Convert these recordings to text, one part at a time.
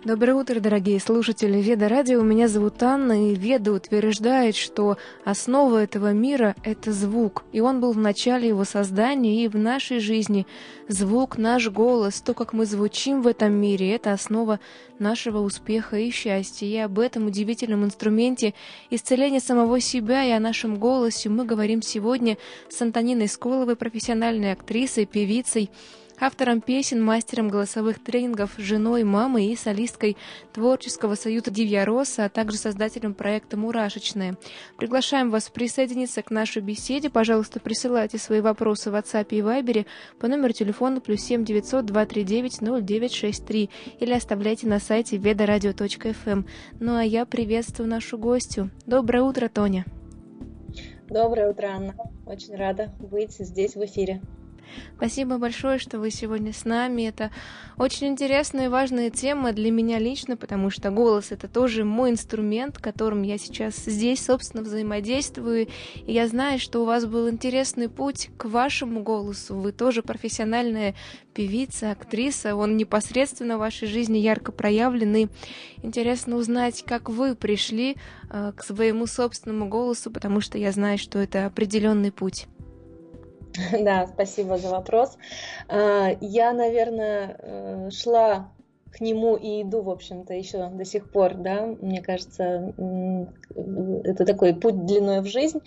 Доброе утро, дорогие слушатели Веда Радио. Меня зовут Анна, и Веда утверждает, что основа этого мира — это звук. И он был в начале его создания, и в нашей жизни звук, наш голос, то, как мы звучим в этом мире — это основа нашего успеха и счастья. И об этом удивительном инструменте исцеления самого себя и о нашем голосе мы говорим сегодня с Антониной Сколовой, профессиональной актрисой, певицей, автором песен, мастером голосовых тренингов, женой, мамой и солисткой творческого союза «Дивья Роса», а также создателем проекта «Мурашечная». Приглашаем вас присоединиться к нашей беседе. Пожалуйста, присылайте свои вопросы в WhatsApp и Viber по номеру телефона +7 900 239 0963 или оставляйте на сайте vedaradio.fm. Ну а я приветствую нашу гостью. Доброе утро, Тоня. Доброе утро, Анна. Очень рада быть здесь в эфире. Спасибо большое, что вы сегодня с нами. Это очень интересная и важная тема для меня лично, потому что голос — это тоже мой инструмент, которым я сейчас здесь, собственно, взаимодействую. И я знаю, что у вас был интересный путь к вашему голосу. Вы тоже профессиональная певица, актриса. Он непосредственно в вашей жизни ярко проявлен. И интересно узнать, как вы пришли к своему собственному голосу, потому что я знаю, что это определенный путь. Да, спасибо за вопрос. Я, наверное, шла к нему и иду, в общем-то, еще до сих пор, да, мне кажется, это такой путь длиной в жизнь.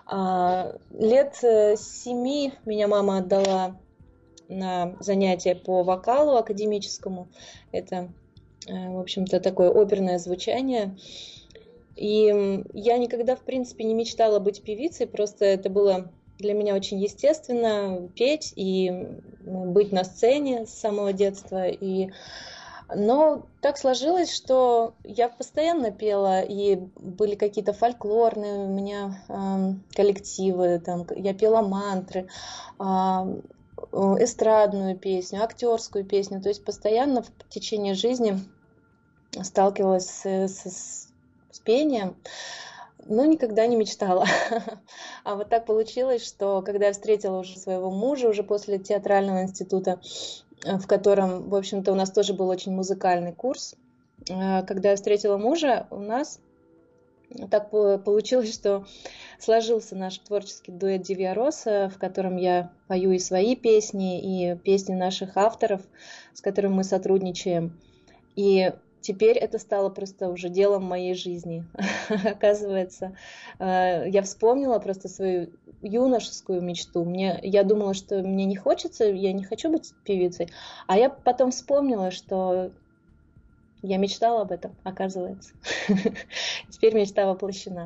Лет 7 меня мама отдала на занятия по вокалу академическому. Это, в общем-то, такое оперное звучание. И я никогда, в принципе, не мечтала быть певицей, просто это было для меня очень естественно петь и быть на сцене с самого детства. Но так сложилось, что я постоянно пела, и были какие-то фольклорные у меня коллективы, там, я пела мантры, эстрадную песню, актерскую песню. То есть постоянно в течение жизни сталкивалась с пением. Но никогда не мечтала. А вот так получилось, что когда я встретила уже своего мужа, уже после театрального института, в котором, в общем-то, у нас тоже был очень музыкальный курс, когда я встретила мужа, у нас так получилось, что сложился наш творческий дуэт «Дивья Роса», в котором я пою и свои песни, и песни наших авторов, с которыми мы сотрудничаем. И теперь это стало просто уже делом моей жизни. Оказывается, я вспомнила просто свою юношескую мечту. Я думала, что мне не хочется, я не хочу быть певицей. А я потом вспомнила, что я мечтала об этом, оказывается. Теперь мечта воплощена.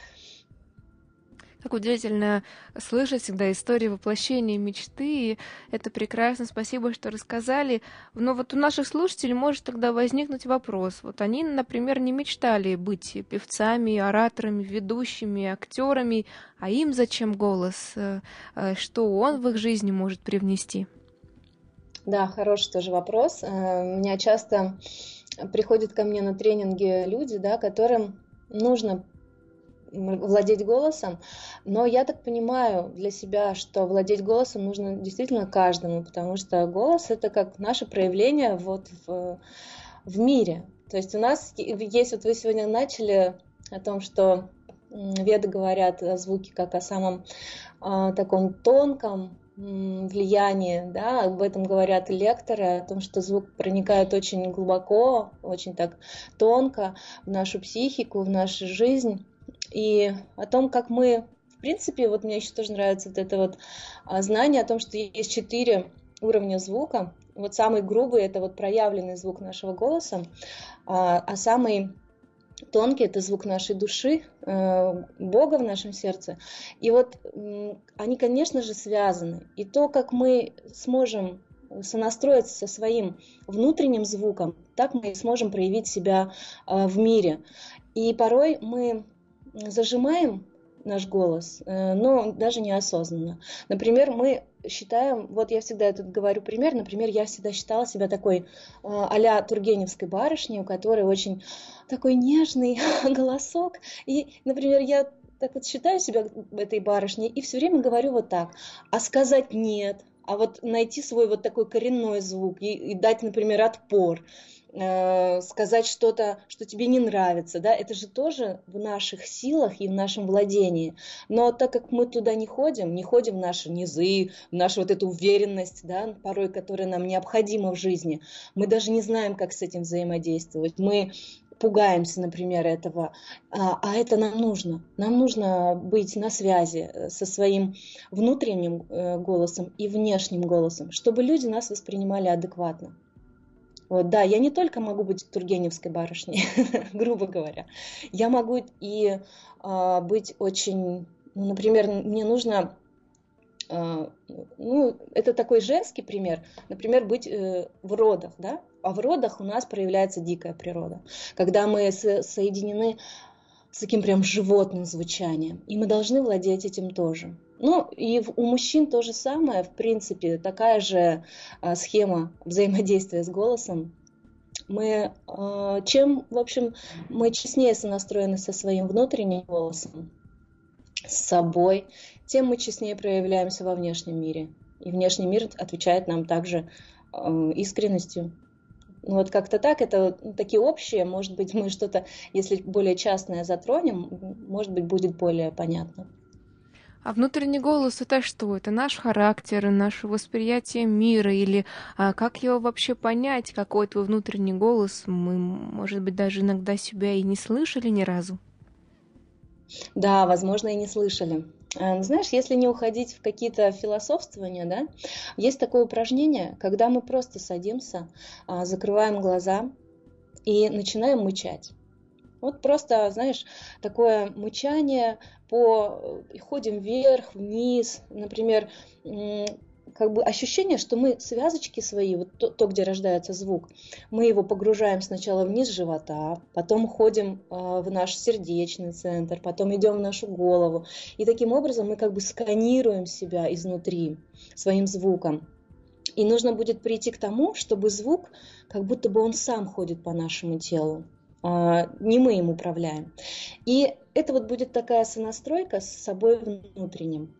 Как удивительно слышать всегда истории воплощения мечты, и это прекрасно, спасибо, что рассказали. Но вот у наших слушателей может тогда возникнуть вопрос. Вот они, например, не мечтали быть певцами, ораторами, ведущими, актерами, а им зачем голос? Что он в их жизни может привнести? Да, хороший тоже вопрос. Меня часто приходят ко мне на тренинги люди, да, которым нужно владеть голосом, но я так понимаю для себя, что владеть голосом нужно действительно каждому, потому что голос — это как наше проявление вот в мире. То есть у нас есть, вот вы сегодня начали о том, что веды говорят о звуке как о самом таком тонком влиянии, да, об этом говорят и лекторы, о том, что звук проникает очень глубоко, очень так тонко в нашу психику, в нашу жизнь. И о том, как мы, в принципе, вот мне еще тоже нравится вот это вот знание о том, что есть 4 уровня звука. Вот самый грубый — это вот проявленный звук нашего голоса, а самый тонкий — это звук нашей души, Бога в нашем сердце. И вот они, конечно же, связаны. И то, как мы сможем сонастроиться со своим внутренним звуком, так мы и сможем проявить себя в мире. И порой мы зажимаем наш голос, но даже неосознанно. Например, мы считаем, вот я всегда этот говорю пример, например, я всегда считала себя такой а-ля тургеневской барышней, у которой очень такой нежный голосок. И, например, я так вот считаю себя этой барышней и все время говорю вот так, а сказать нет, а вот найти свой вот такой коренной звук и дать, например, отпор. сказать что-то, что тебе не нравится, да, это же тоже в наших силах и в нашем владении. Но так как мы туда не ходим в наши низы, в нашу вот эту уверенность, да, порой, которая нам необходима в жизни, мы даже не знаем, как с этим взаимодействовать. Мы пугаемся, например, этого, а это нам нужно. Нам нужно быть на связи со своим внутренним голосом и внешним голосом, чтобы люди нас воспринимали адекватно. Вот, да, я не только могу быть Тургеневской барышней, грубо говоря, я могу и быть очень, ну, например, мне нужно, ну, это такой женский пример, например, быть в родах, да, а в родах у нас проявляется дикая природа, когда мы соединены с таким прям животным звучанием, и мы должны владеть этим тоже. Ну, и у мужчин то же самое, в принципе, такая же схема взаимодействия с голосом. Мы, чем, в общем, мы честнее сонастроены со своим внутренним голосом, с собой, тем мы честнее проявляемся во внешнем мире. И внешний мир отвечает нам также искренностью. Ну, вот как-то так, это такие общие, может быть, мы что-то, если более частное затронем, может быть, будет более понятно. А внутренний голос — это что? Это наш характер, наше восприятие мира? Или как его вообще понять, какой твой внутренний голос? Мы, может быть, даже иногда себя и не слышали ни разу. Да, возможно, и не слышали. Знаешь, если не уходить в какие-то философствования, да, есть такое упражнение, когда мы просто садимся, закрываем глаза и начинаем мычать. Вот просто, знаешь, такое мычание ходим вверх, вниз, например, как бы ощущение, что мы связочки свои, вот то, где рождается звук, мы его погружаем сначала вниз живота, потом ходим в наш сердечный центр, потом идем в нашу голову. И таким образом мы как бы сканируем себя изнутри своим звуком. И нужно будет прийти к тому, чтобы звук, как будто бы он сам ходит по нашему телу. Не мы им управляем. И это вот будет такая сонастройка с собой внутренним.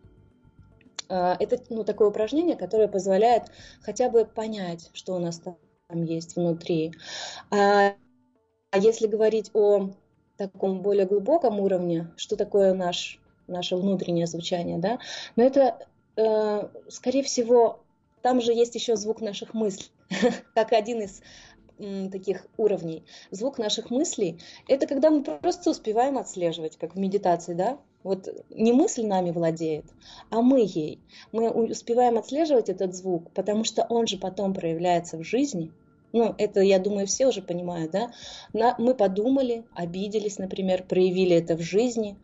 Это такое упражнение, которое позволяет хотя бы понять, что у нас там есть внутри. А если говорить о таком более глубоком уровне, что такое наше внутреннее звучание, да, но это, скорее всего, там же есть еще звук наших мыслей, как один из таких уровней. Звук наших мыслей — это когда мы просто успеваем отслеживать, как в медитации, да? Вот не мысль нами владеет, а мы ей. Мы успеваем отслеживать этот звук, потому что он же потом проявляется в жизни. Ну, это, я думаю, все уже понимают, да? Мы подумали, обиделись, например, проявили это в жизни,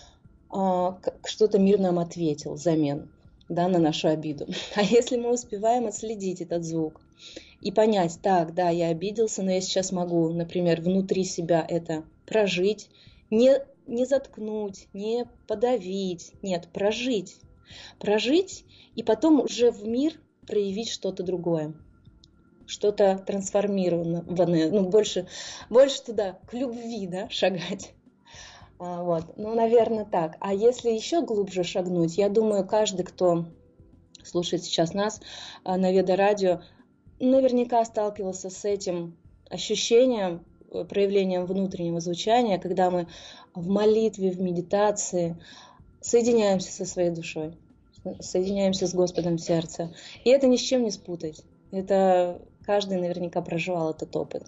что-то мир нам ответил взамен, да, на нашу обиду. А если мы успеваем отследить этот звук и понять, так, да, я обиделся, но я сейчас могу, например, внутри себя это прожить, не заткнуть, не подавить, нет, прожить. Прожить и потом уже в мир проявить что-то другое, что-то трансформированное, ну, больше туда, к любви, да, шагать. Вот, ну, наверное, так. А если еще глубже шагнуть, я думаю, каждый, кто слушает сейчас нас на Веда-радио, наверняка сталкивался с этим ощущением, проявлением внутреннего звучания, когда мы в молитве, в медитации соединяемся со своей душой, соединяемся с Господом в сердце. И это ни с чем не спутать. Это каждый наверняка проживал этот опыт.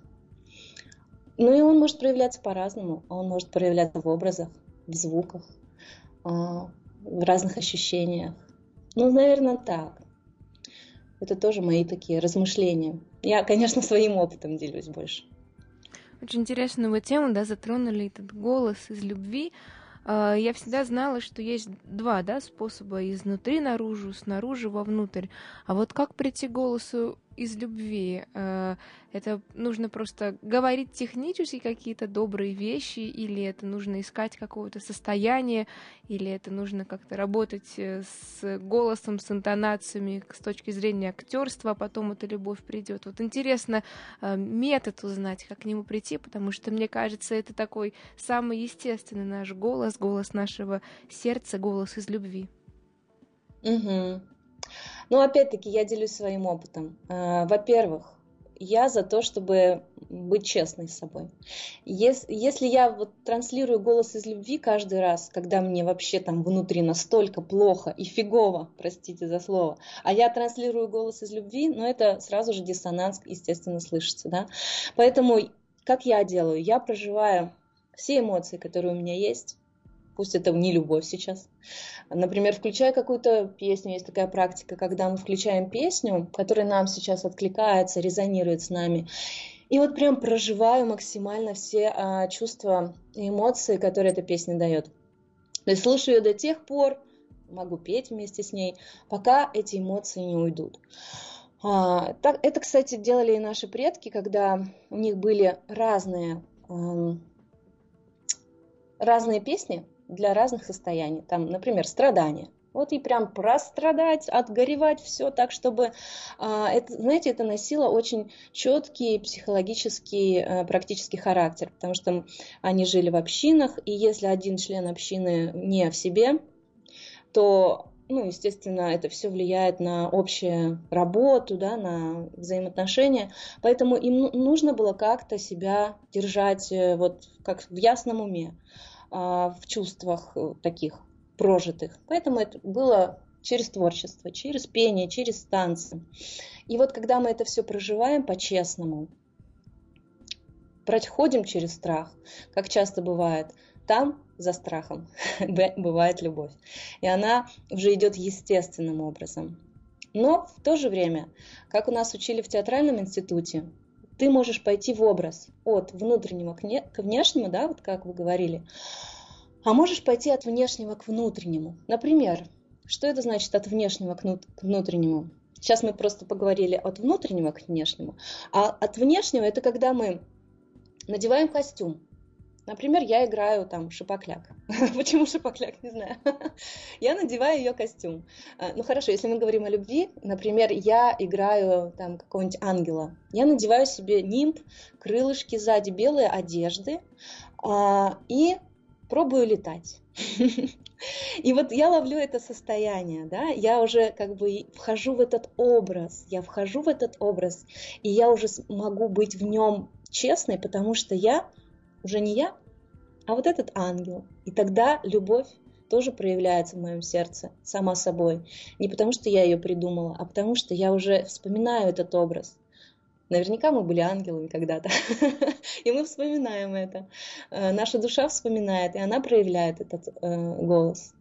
Ну и он может проявляться по-разному. Он может проявляться в образах, в звуках, в разных ощущениях. Ну, наверное, так. Это тоже мои такие размышления. Я, конечно, своим опытом делюсь больше. Очень интересную вы тему, да, затронули этот голос из любви. Я всегда знала, что есть два, да, способа: изнутри наружу, снаружи вовнутрь. А вот как прийти к голосу из любви? Это нужно просто говорить технически какие-то добрые вещи, или это нужно искать какое-то состояние, или это нужно как-то работать с голосом, с интонациями с точки зрения актерства, а потом эта любовь придет. Вот интересно метод узнать, как к нему прийти, потому что, мне кажется, это такой самый естественный наш голос, голос нашего сердца, голос из любви. Угу. Ну, опять-таки, я делюсь своим опытом. Во-первых, я за то, чтобы быть честной с собой. Если я вот транслирую голос из любви каждый раз, когда мне вообще там внутри настолько плохо и фигово, простите за слово, а я транслирую голос из любви, но это сразу же диссонанс, естественно, слышится, да. Поэтому, как я делаю? Я проживаю все эмоции, которые у меня есть, пусть это не любовь сейчас. Например, включая какую-то песню, есть такая практика, когда мы включаем песню, которая нам сейчас откликается, резонирует с нами, и вот прям проживаю максимально все чувства и эмоции, которые эта песня дает. То есть слушаю ее до тех пор, могу петь вместе с ней, пока эти эмоции не уйдут. Это, кстати, делали и наши предки, когда у них были разные песни для разных состояний. Там, например, страдания. Вот и прям прострадать, отгоревать все так, чтобы, знаете, это носило очень четкий психологический, практический характер, потому что они жили в общинах, и если один член общины не в себе, то, естественно, это все влияет на общую работу, да, на взаимоотношения, поэтому им нужно было как-то себя держать вот как в ясном уме, в чувствах таких прожитых. Поэтому это было через творчество, через пение, через танцы. И вот когда мы это все проживаем по-честному, проходим через страх, как часто бывает, там за страхом бывает любовь. И она уже идет естественным образом. Но в то же время, как у нас учили в театральном институте, ты можешь пойти в образ от внутреннего к внешнему, да, вот как вы говорили, а можешь пойти от внешнего к внутреннему. Например, что это значит от внешнего к внутреннему? Сейчас мы просто поговорили от внутреннего к внешнему, а от внешнего это когда мы надеваем костюм. Например, я играю там Шипокляк. Почему Шипокляк, не знаю. Я надеваю ее костюм. Ну хорошо, если мы говорим о любви, например, я играю там какого-нибудь ангела. Я надеваю себе нимб, крылышки сзади, белые одежды и пробую летать. И вот я ловлю это состояние, да, я уже как бы вхожу в этот образ, и я уже могу быть в нем честной, потому что я уже не я, а вот этот ангел. И тогда любовь тоже проявляется в моем сердце сама собой. Не потому что я ее придумала, а потому что я уже вспоминаю этот образ. Наверняка мы были ангелами когда-то, и мы вспоминаем это. Наша душа вспоминает, и она проявляет этот голос.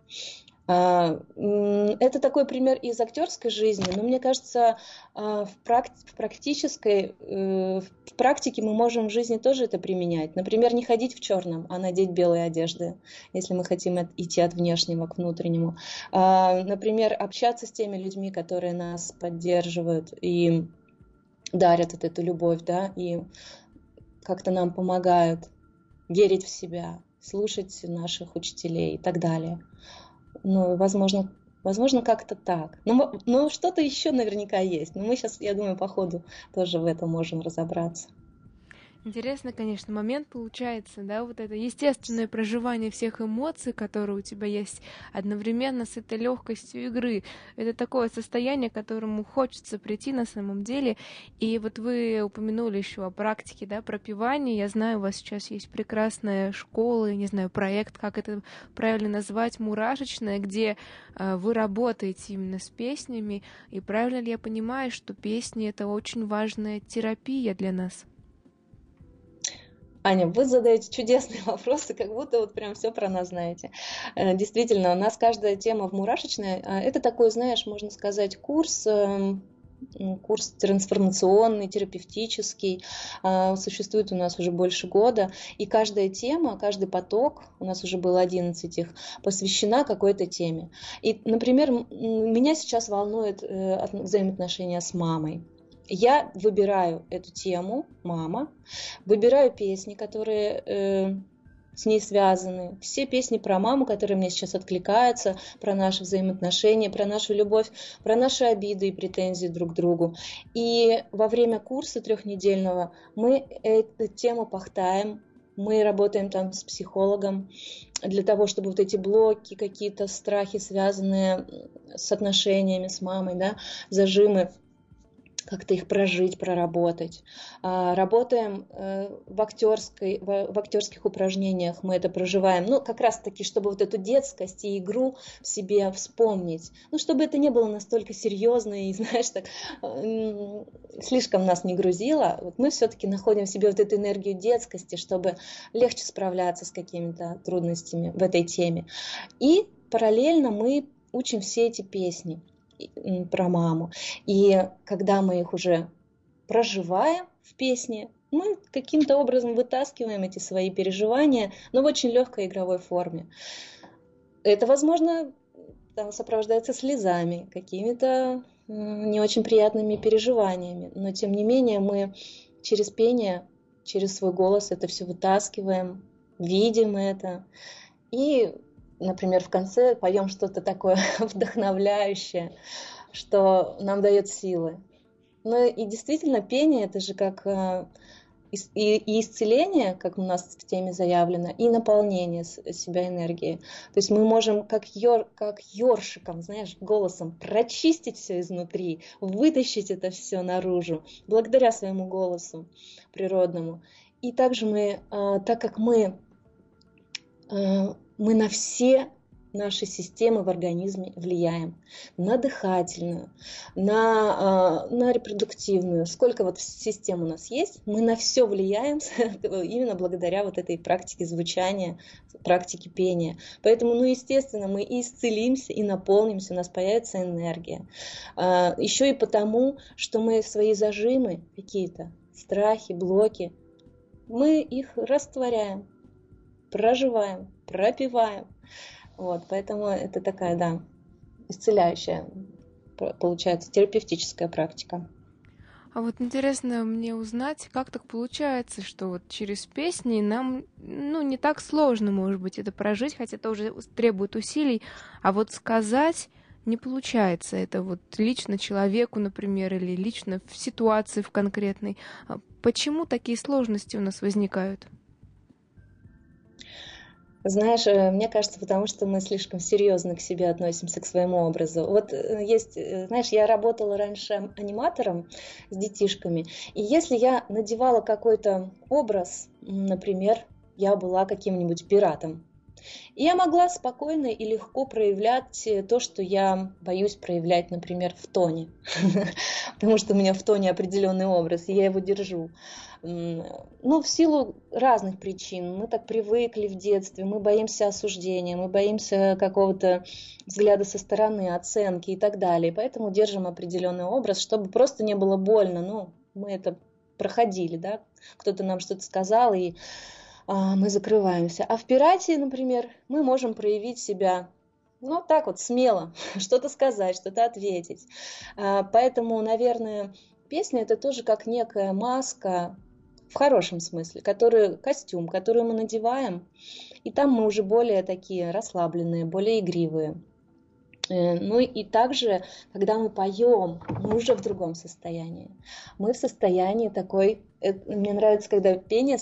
Это такой пример из актерской жизни, но мне кажется, в практике мы можем в жизни тоже это применять. Например, не ходить в черном, а надеть белые одежды, если мы хотим идти от внешнего к внутреннему. Например, общаться с теми людьми, которые нас поддерживают и дарят вот эту любовь, да, и как-то нам помогают верить в себя, слушать наших учителей и так далее. Ну, возможно, как-то так. Но что-то еще наверняка есть. Но мы сейчас, я думаю, по ходу тоже в этом можем разобраться. Интересно, конечно, момент получается, да, вот это естественное проживание всех эмоций, которые у тебя есть, одновременно с этой легкостью игры. Это такое состояние, к которому хочется прийти на самом деле. И вот вы упомянули еще о практике, да, пропевания. Я знаю, у вас сейчас есть прекрасная школа, не знаю, проект, как это правильно назвать, мурашечная, где вы работаете именно с песнями. И правильно ли я понимаю, что песни — это очень важная терапия для нас? Аня, вы задаете чудесные вопросы, как будто вот прям все про нас знаете. Действительно, у нас каждая тема в мурашечной, это такой, знаешь, можно сказать, курс трансформационный, терапевтический, существует у нас уже больше года, и каждая тема, каждый поток, у нас уже было 11 их, посвящена какой-то теме. И, например, меня сейчас волнует взаимоотношения с мамой. Я выбираю эту тему, мама, выбираю песни, которые с ней связаны, все песни про маму, которые мне сейчас откликаются, про наши взаимоотношения, про нашу любовь, про наши обиды и претензии друг к другу. И во время курса 3-недельного мы эту тему пахтаем, мы работаем там с психологом для того, чтобы вот эти блоки, какие-то страхи, связанные с отношениями с мамой, да, зажимы, как-то их прожить, проработать. Работаем в актерских упражнениях, мы это проживаем, ну, как раз-таки, чтобы вот эту детскость и игру в себе вспомнить, ну, чтобы это не было настолько серьезно и, знаешь, так, слишком нас не грузило, вот мы все-таки находим в себе вот эту энергию детскости, чтобы легче справляться с какими-то трудностями в этой теме. И параллельно мы учим все эти песни про маму. И когда мы их уже проживаем в песне, мы каким-то образом вытаскиваем эти свои переживания, но в очень легкой игровой форме. Это, возможно, там сопровождается слезами, какими-то не очень приятными переживаниями, но тем не менее мы через пение, через свой голос это все вытаскиваем, видим это и, например, в конце поем что-то такое вдохновляющее, что нам дает силы. Ну и действительно, пение это же как и исцеление, как у нас в теме заявлено, и наполнение себя энергией. То есть мы можем как ёршиком, знаешь, голосом прочистить все изнутри, вытащить это все наружу, благодаря своему голосу природному. И также мы, так как мы на все наши системы в организме влияем. На дыхательную, на репродуктивную. Сколько вот систем у нас есть, мы на все влияем именно благодаря вот этой практике звучания, практике пения. Поэтому, ну, естественно, мы и исцелимся, и наполнимся, у нас появится энергия. Еще и потому, что мы свои зажимы какие-то, страхи, блоки, мы их растворяем, проживаем, пропиваем. Вот, поэтому это такая, да, исцеляющая, получается, терапевтическая практика. А вот интересно мне узнать, как так получается, что вот через песни нам, ну, не так сложно, может быть, это прожить, хотя это уже требует усилий, а вот сказать не получается. Это вот лично человеку, например, или лично в ситуации в конкретной. Почему такие сложности у нас возникают? Знаешь, мне кажется, потому что мы слишком серьезно к себе относимся, к своему образу. Вот есть, знаешь, я работала раньше аниматором с детишками, и если я надевала какой-то образ, например, я была каким-нибудь пиратом, и я могла спокойно и легко проявлять то, что я боюсь проявлять, например, в тоне. Потому что у меня в тоне определенный образ, и я его держу. Ну, в силу разных причин. Мы так привыкли в детстве, мы боимся осуждения, мы боимся какого-то взгляда со стороны, оценки и так далее. Поэтому держим определенный образ, чтобы просто не было больно. Ну, мы это проходили, да, кто-то нам что-то сказал, и мы закрываемся. А в пирате, например, мы можем проявить себя, ну, так вот, смело, что-то сказать, что-то ответить. Поэтому, наверное, песня — это тоже как некая маска, в хорошем смысле, костюм, который мы надеваем, и там мы уже более такие расслабленные, более игривые. Ну и также, когда мы поем, мы уже в другом состоянии. Мы в состоянии такой, мне нравится, когда пение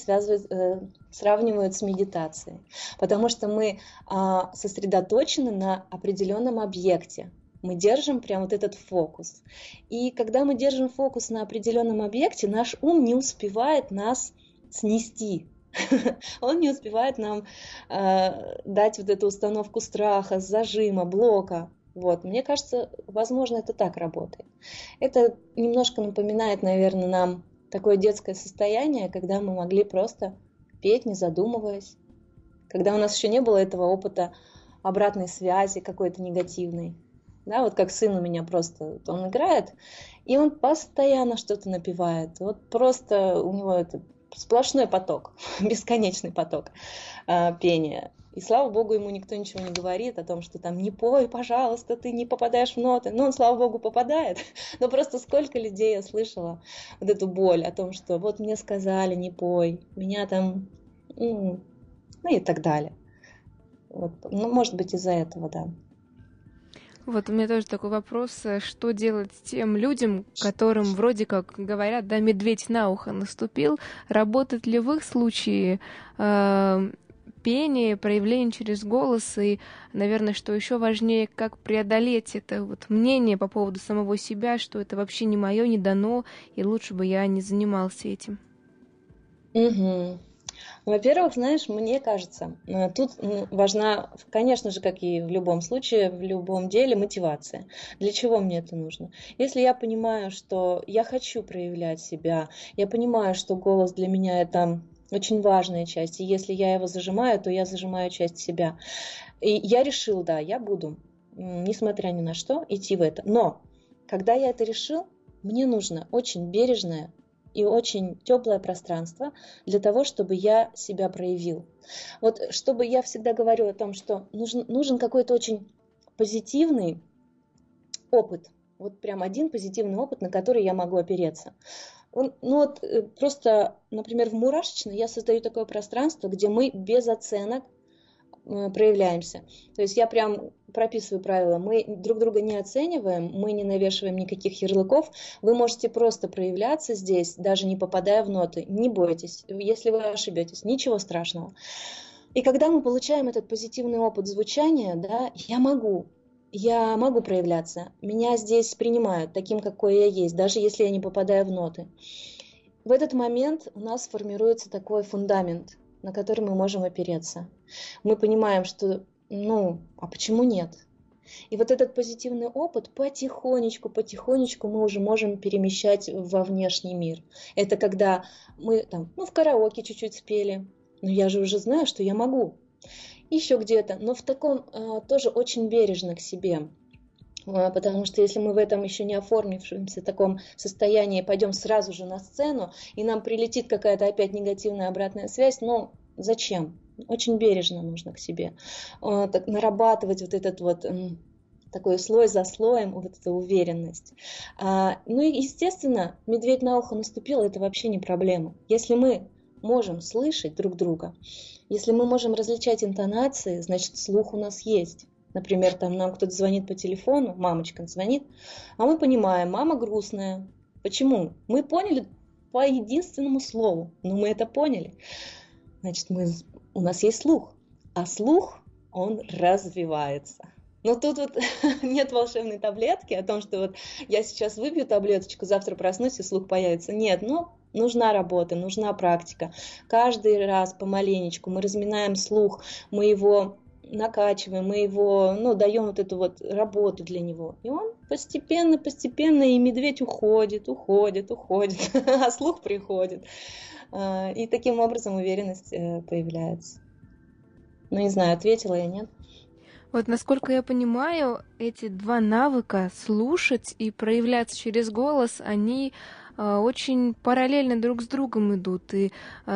сравнивают с медитацией, потому что мы сосредоточены на определенном объекте. Мы держим прям вот этот фокус. И когда мы держим фокус на определенном объекте, наш ум не успевает нас снести. Он не успевает нам дать вот эту установку страха, зажима, блока. Вот. Мне кажется, возможно, это так работает. Это немножко напоминает, наверное, нам такое детское состояние, когда мы могли просто петь, не задумываясь. Когда у нас еще не было этого опыта обратной связи какой-то негативной. Да, вот как сын у меня просто, он играет, и он постоянно что-то напевает. Вот просто у него это сплошной поток, бесконечный поток пения. И слава богу, ему никто ничего не говорит о том, что там не пой, пожалуйста, ты не попадаешь в ноты. Ну, он, слава богу, попадает. Но просто сколько людей я слышала вот эту боль о том, что вот мне сказали, не пой, меня там, ну и так далее. Вот. Ну, может быть, из-за этого, да. Вот у меня тоже такой вопрос, что делать тем людям, которым вроде как говорят, да, медведь на ухо наступил, работает ли в их случае пение, проявление через голос, и, наверное, что еще важнее, как преодолеть это вот мнение по поводу самого себя, что это вообще не мое, не дано, и лучше бы я не занимался этим. Мгм. Во-первых, знаешь, мне кажется, тут важна, конечно же, как и в любом случае, в любом деле, мотивация. Для чего мне это нужно? Если я понимаю, что я хочу проявлять себя, я понимаю, что голос для меня это очень важная часть, и если я его зажимаю, то я зажимаю часть себя. И я решил, да, я буду, несмотря ни на что, идти в это. Но, когда я это решил, мне нужно очень бережное и очень теплое пространство для того, чтобы я себя проявил. Вот чтобы я всегда говорю о том, что нужен какой-то очень позитивный опыт. Вот прям один позитивный опыт, на который я могу опереться. Просто, например, в мурашечной я создаю такое пространство, где мы без оценок проявляемся. То есть я прям прописываю правила. Мы друг друга не оцениваем, мы не навешиваем никаких ярлыков. Вы можете просто проявляться здесь, даже не попадая в ноты. Не бойтесь, если вы ошибетесь, ничего страшного. И когда мы получаем этот позитивный опыт звучания, да, я могу проявляться. Меня здесь принимают таким, какой я есть, даже если я не попадаю в ноты. В этот момент у нас формируется такой фундамент, на который мы можем опереться. Мы понимаем, что, а почему нет? И вот этот позитивный опыт потихонечку мы уже можем перемещать во внешний мир. Это когда мы там, в караоке чуть-чуть спели, но я же уже знаю, что я могу. Еще где-то, но в таком тоже очень бережно к себе. Потому что если мы в этом еще не оформившемся таком состоянии пойдем сразу же на сцену, и нам прилетит какая-то опять негативная обратная связь, зачем? Очень бережно нужно к себе. Так, нарабатывать вот этот вот такой слой за слоем, вот эта уверенность. И, естественно, медведь на ухо наступил, это вообще не проблема. Если мы можем слышать друг друга, если мы можем различать интонации, значит, слух у нас есть. Например, там нам кто-то звонит по телефону, мамочка звонит, а мы понимаем, мама грустная. Почему? Мы поняли по единственному слову, но мы это поняли. Значит, у нас есть слух, а слух, он развивается. Но тут вот нет волшебной таблетки о том, что вот я сейчас выпью таблеточку, завтра проснусь и слух появится. Нет, нужна работа, нужна практика. Каждый раз помаленечку мы разминаем слух, мы его накачиваем, мы его, даем вот эту вот работу для него. И он постепенно, и медведь уходит, а слух приходит. И таким образом уверенность появляется. Не знаю, ответила я, нет? Вот насколько я понимаю, эти два навыка слушать и проявляться через голос, они очень параллельно друг с другом идут. И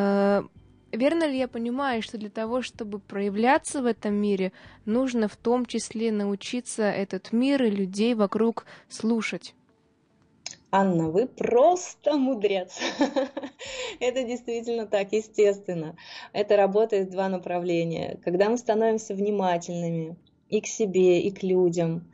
верно ли я понимаю, что для того, чтобы проявляться в этом мире, нужно в том числе научиться этот мир и людей вокруг слушать? Анна, вы просто мудрец. Это действительно так, естественно. Это работает в два направления. Когда мы становимся внимательными и к себе, и к людям,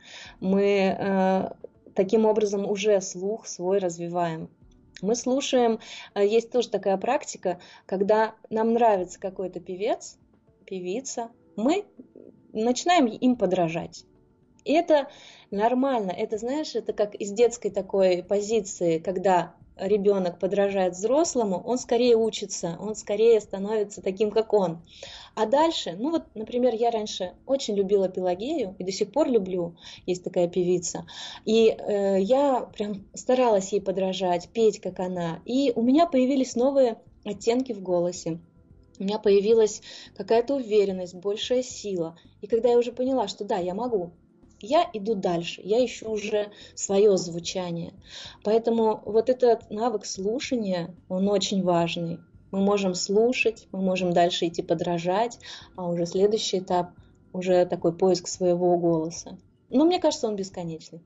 мы таким образом уже слух свой развиваем. Мы слушаем, есть тоже такая практика, когда нам нравится какой-то певец, певица, мы начинаем им подражать. И это нормально, это, знаешь, это как из детской такой позиции, когда ребенок подражает взрослому, он скорее учится, он скорее становится таким, как он. А дальше, например, я раньше очень любила Пелагею и до сих пор люблю, есть такая певица, и я прям старалась ей подражать, петь, как она, и у меня появились новые оттенки в голосе. У меня появилась какая-то уверенность, большая сила. И когда я уже поняла, что да, я могу, я иду дальше, я ищу уже свое звучание. Поэтому вот этот навык слушания, он очень важный. Мы можем слушать, мы можем дальше идти подражать, а уже следующий этап уже такой поиск своего голоса. Но мне кажется, он бесконечный.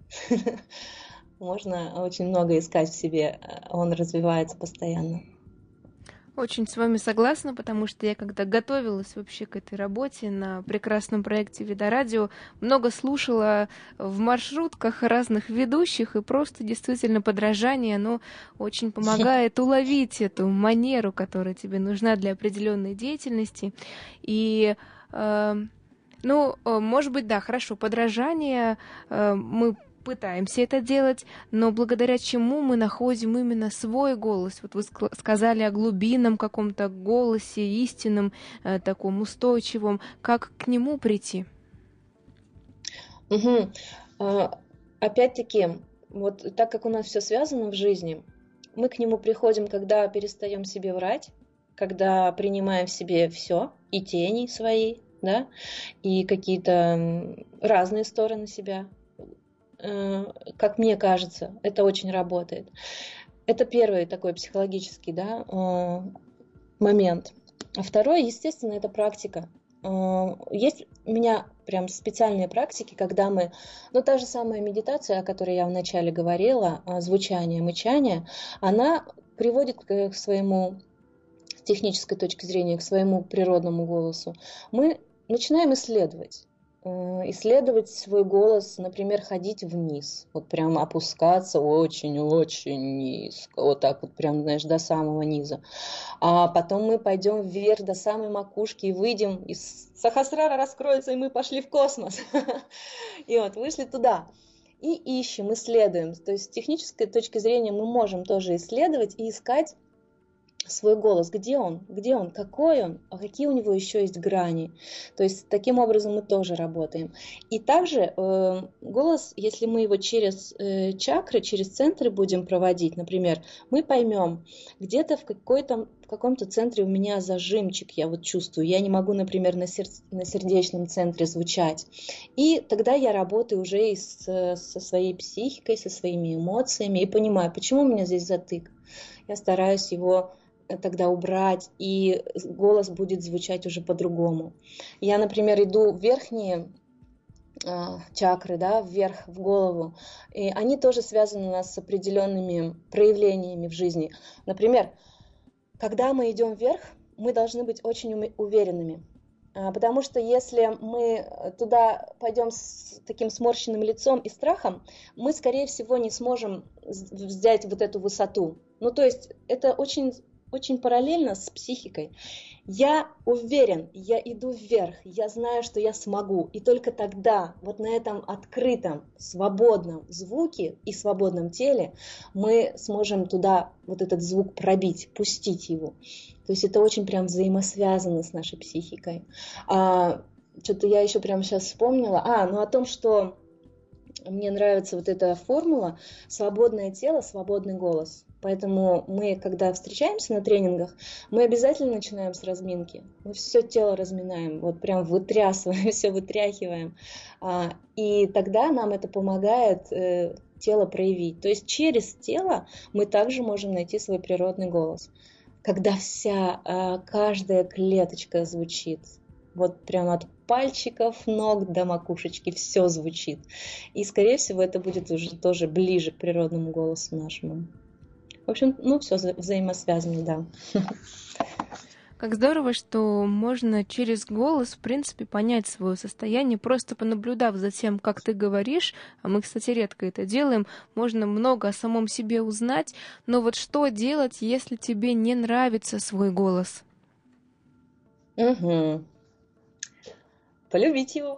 Можно очень много искать в себе, он развивается постоянно. Очень с вами согласна, потому что я, когда готовилась вообще к этой работе на прекрасном проекте Видорадио, много слушала в маршрутках разных ведущих, и просто действительно подражание, оно очень помогает уловить эту манеру, которая тебе нужна для определенной деятельности. И может быть, да, хорошо, подражание мы пытаемся это делать, но благодаря чему мы находим именно свой голос. Вот вы сказали о глубинном каком-то голосе, истинном, таком устойчивом. Как к нему прийти? Угу. Опять-таки, вот так как у нас все связано в жизни, мы к нему приходим, когда перестаем себе врать, когда принимаем в себе все, и тени свои, да, и какие-то разные стороны себя. Как мне кажется, это очень работает. Это первый такой психологический, да, момент. А второй, естественно, это практика. Есть у меня прям специальные практики, когда мы, та же самая медитация, о которой я вначале говорила, звучание, мычание, она приводит к своему, с технической точки зрения, к своему природному голосу. Мы начинаем исследовать свой голос, например, ходить вниз, вот прям опускаться очень-очень низко, вот так вот прям, знаешь, до самого низа. А потом мы пойдем вверх до самой макушки и выйдем, и Сахасрара раскроется, и мы пошли в космос. И вот вышли туда. И ищем, исследуем. То есть с технической точки зрения мы можем тоже исследовать и искать свой голос, где он, какой он, а какие у него еще есть грани. То есть таким образом мы тоже работаем. И также голос, если мы его через чакры, через центры будем проводить, например, мы поймем, где-то в каком-то центре у меня зажимчик, я вот чувствую, я не могу, например, на сердечном центре звучать. И тогда я работаю уже и со своей психикой, со своими эмоциями и понимаю, почему у меня здесь затык. Я стараюсь его тогда убрать, и голос будет звучать уже по-другому. Я, например, иду в верхние чакры, да, вверх в голову, и они тоже связаны у нас с определенными проявлениями в жизни. Например, когда мы идем вверх, мы должны быть очень уверенными. Потому что если мы туда пойдем с таким сморщенным лицом и страхом, мы, скорее всего, не сможем взять вот эту высоту. То есть это очень параллельно с психикой. Я уверен, я иду вверх, я знаю, что я смогу. И только тогда, вот на этом открытом, свободном звуке и свободном теле мы сможем туда вот этот звук пробить, пустить его. То есть это очень прям взаимосвязано с нашей психикой. Что-то я еще прямо сейчас вспомнила. О том, что мне нравится вот эта формула «свободное тело, свободный голос». Поэтому мы, когда встречаемся на тренингах, мы обязательно начинаем с разминки. Мы все тело разминаем, вот прям вытрясываем, все вытряхиваем. И тогда нам это помогает тело проявить. То есть через тело мы также можем найти свой природный голос. Когда каждая клеточка звучит. Вот прям от пальчиков ног до макушечки все звучит. И, скорее всего, это будет уже тоже ближе к природному голосу нашему. В общем, все взаимосвязано, да. Как здорово, что можно через голос, в принципе, понять свое состояние, просто понаблюдав за тем, как ты говоришь, а мы, кстати, редко это делаем, можно много о самом себе узнать, но вот что делать, если тебе не нравится свой голос? Полюбить его.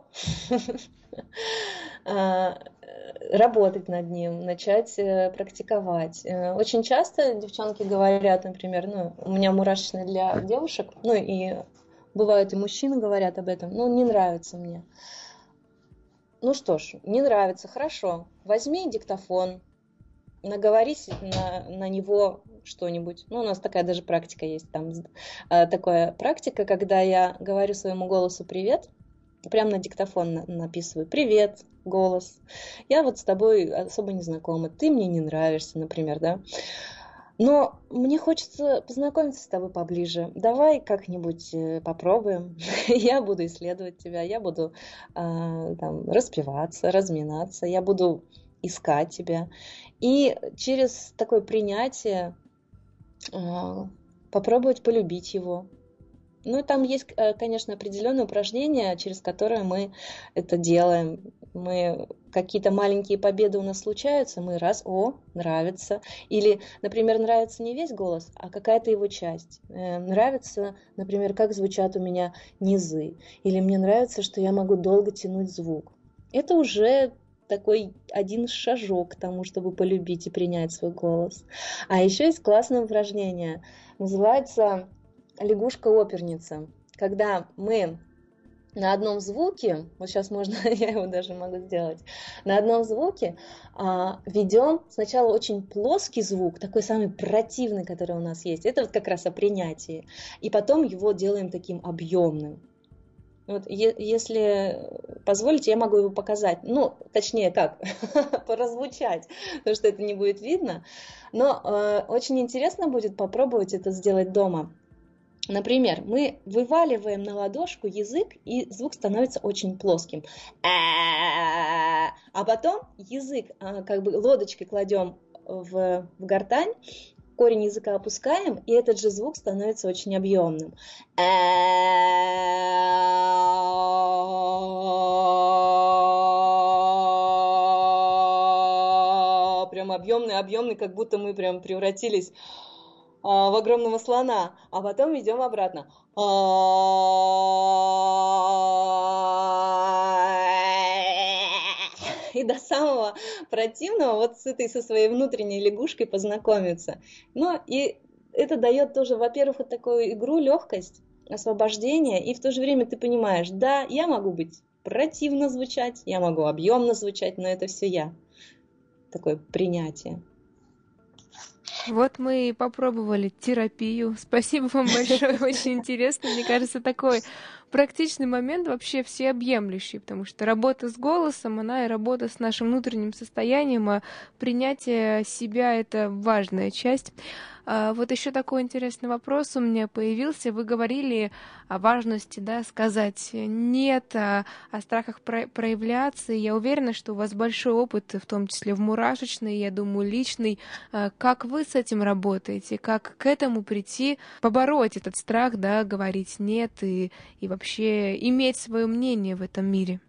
Работать над ним, начать практиковать. Очень часто девчонки говорят, например, у меня мурашечные для девушек, и бывают и мужчины говорят об этом, не нравится мне. Что ж, не нравится, хорошо, возьми диктофон, наговорись на него что-нибудь. У нас такая даже практика есть, там такая практика, когда я говорю своему голосу «привет», прямо на диктофон написываю «Привет, голос, я вот с тобой особо не знакома, ты мне не нравишься», например, да. Но мне хочется познакомиться с тобой поближе. Давай как-нибудь попробуем. Я буду исследовать тебя, я буду распеваться, разминаться, я буду искать тебя. И через такое принятие попробовать полюбить его. Ну, там есть, конечно, определенные упражнения, через которые мы это делаем. Мы какие-то маленькие победы у нас случаются, мы раз, нравится. Или, например, нравится не весь голос, а какая-то его часть. Нравится, например, как звучат у меня низы. Или мне нравится, что я могу долго тянуть звук. Это уже такой один шажок к тому, чтобы полюбить и принять свой голос. А еще есть классное упражнение. Называется лягушка-оперница. Когда мы на одном звуке, вот сейчас можно, я его даже могу сделать, на одном звуке ведем сначала очень плоский звук, такой самый противный, который у нас есть. Это вот как раз о принятии. И потом его делаем таким объемным. Вот, если позволите, я могу его показать. Ну, точнее, как, поразвучать, потому что это не будет видно. Но очень интересно будет попробовать это сделать дома. Например, мы вываливаем на ладошку язык, и звук становится очень плоским. А потом язык как бы лодочкой кладем в гортань, корень языка опускаем, и этот же звук становится очень объемным. Прям объемный, как будто мы прям превратились в огромного слона, а потом идем обратно. И до самого противного вот со своей внутренней лягушкой познакомиться. Ну и это дает тоже, во-первых, вот такую игру, легкость, освобождение, и в то же время ты понимаешь, да, я могу быть противно звучать, я могу объемно звучать, но это все я. Такое принятие. Вот мы и попробовали терапию. Спасибо вам большое, очень интересно. Мне кажется, такой практичный момент вообще всеобъемлющий, потому что работа с голосом, она и работа с нашим внутренним состоянием, а принятие себя — это важная часть. Вот еще такой интересный вопрос у меня появился. Вы говорили о важности, да, сказать «нет», о страхах проявляться. И я уверена, что у вас большой опыт, в том числе в мурашечной, я думаю, личный. Как вы с этим работаете? Как к этому прийти, побороть этот страх, да, говорить «нет» и вообще иметь свое мнение в этом мире?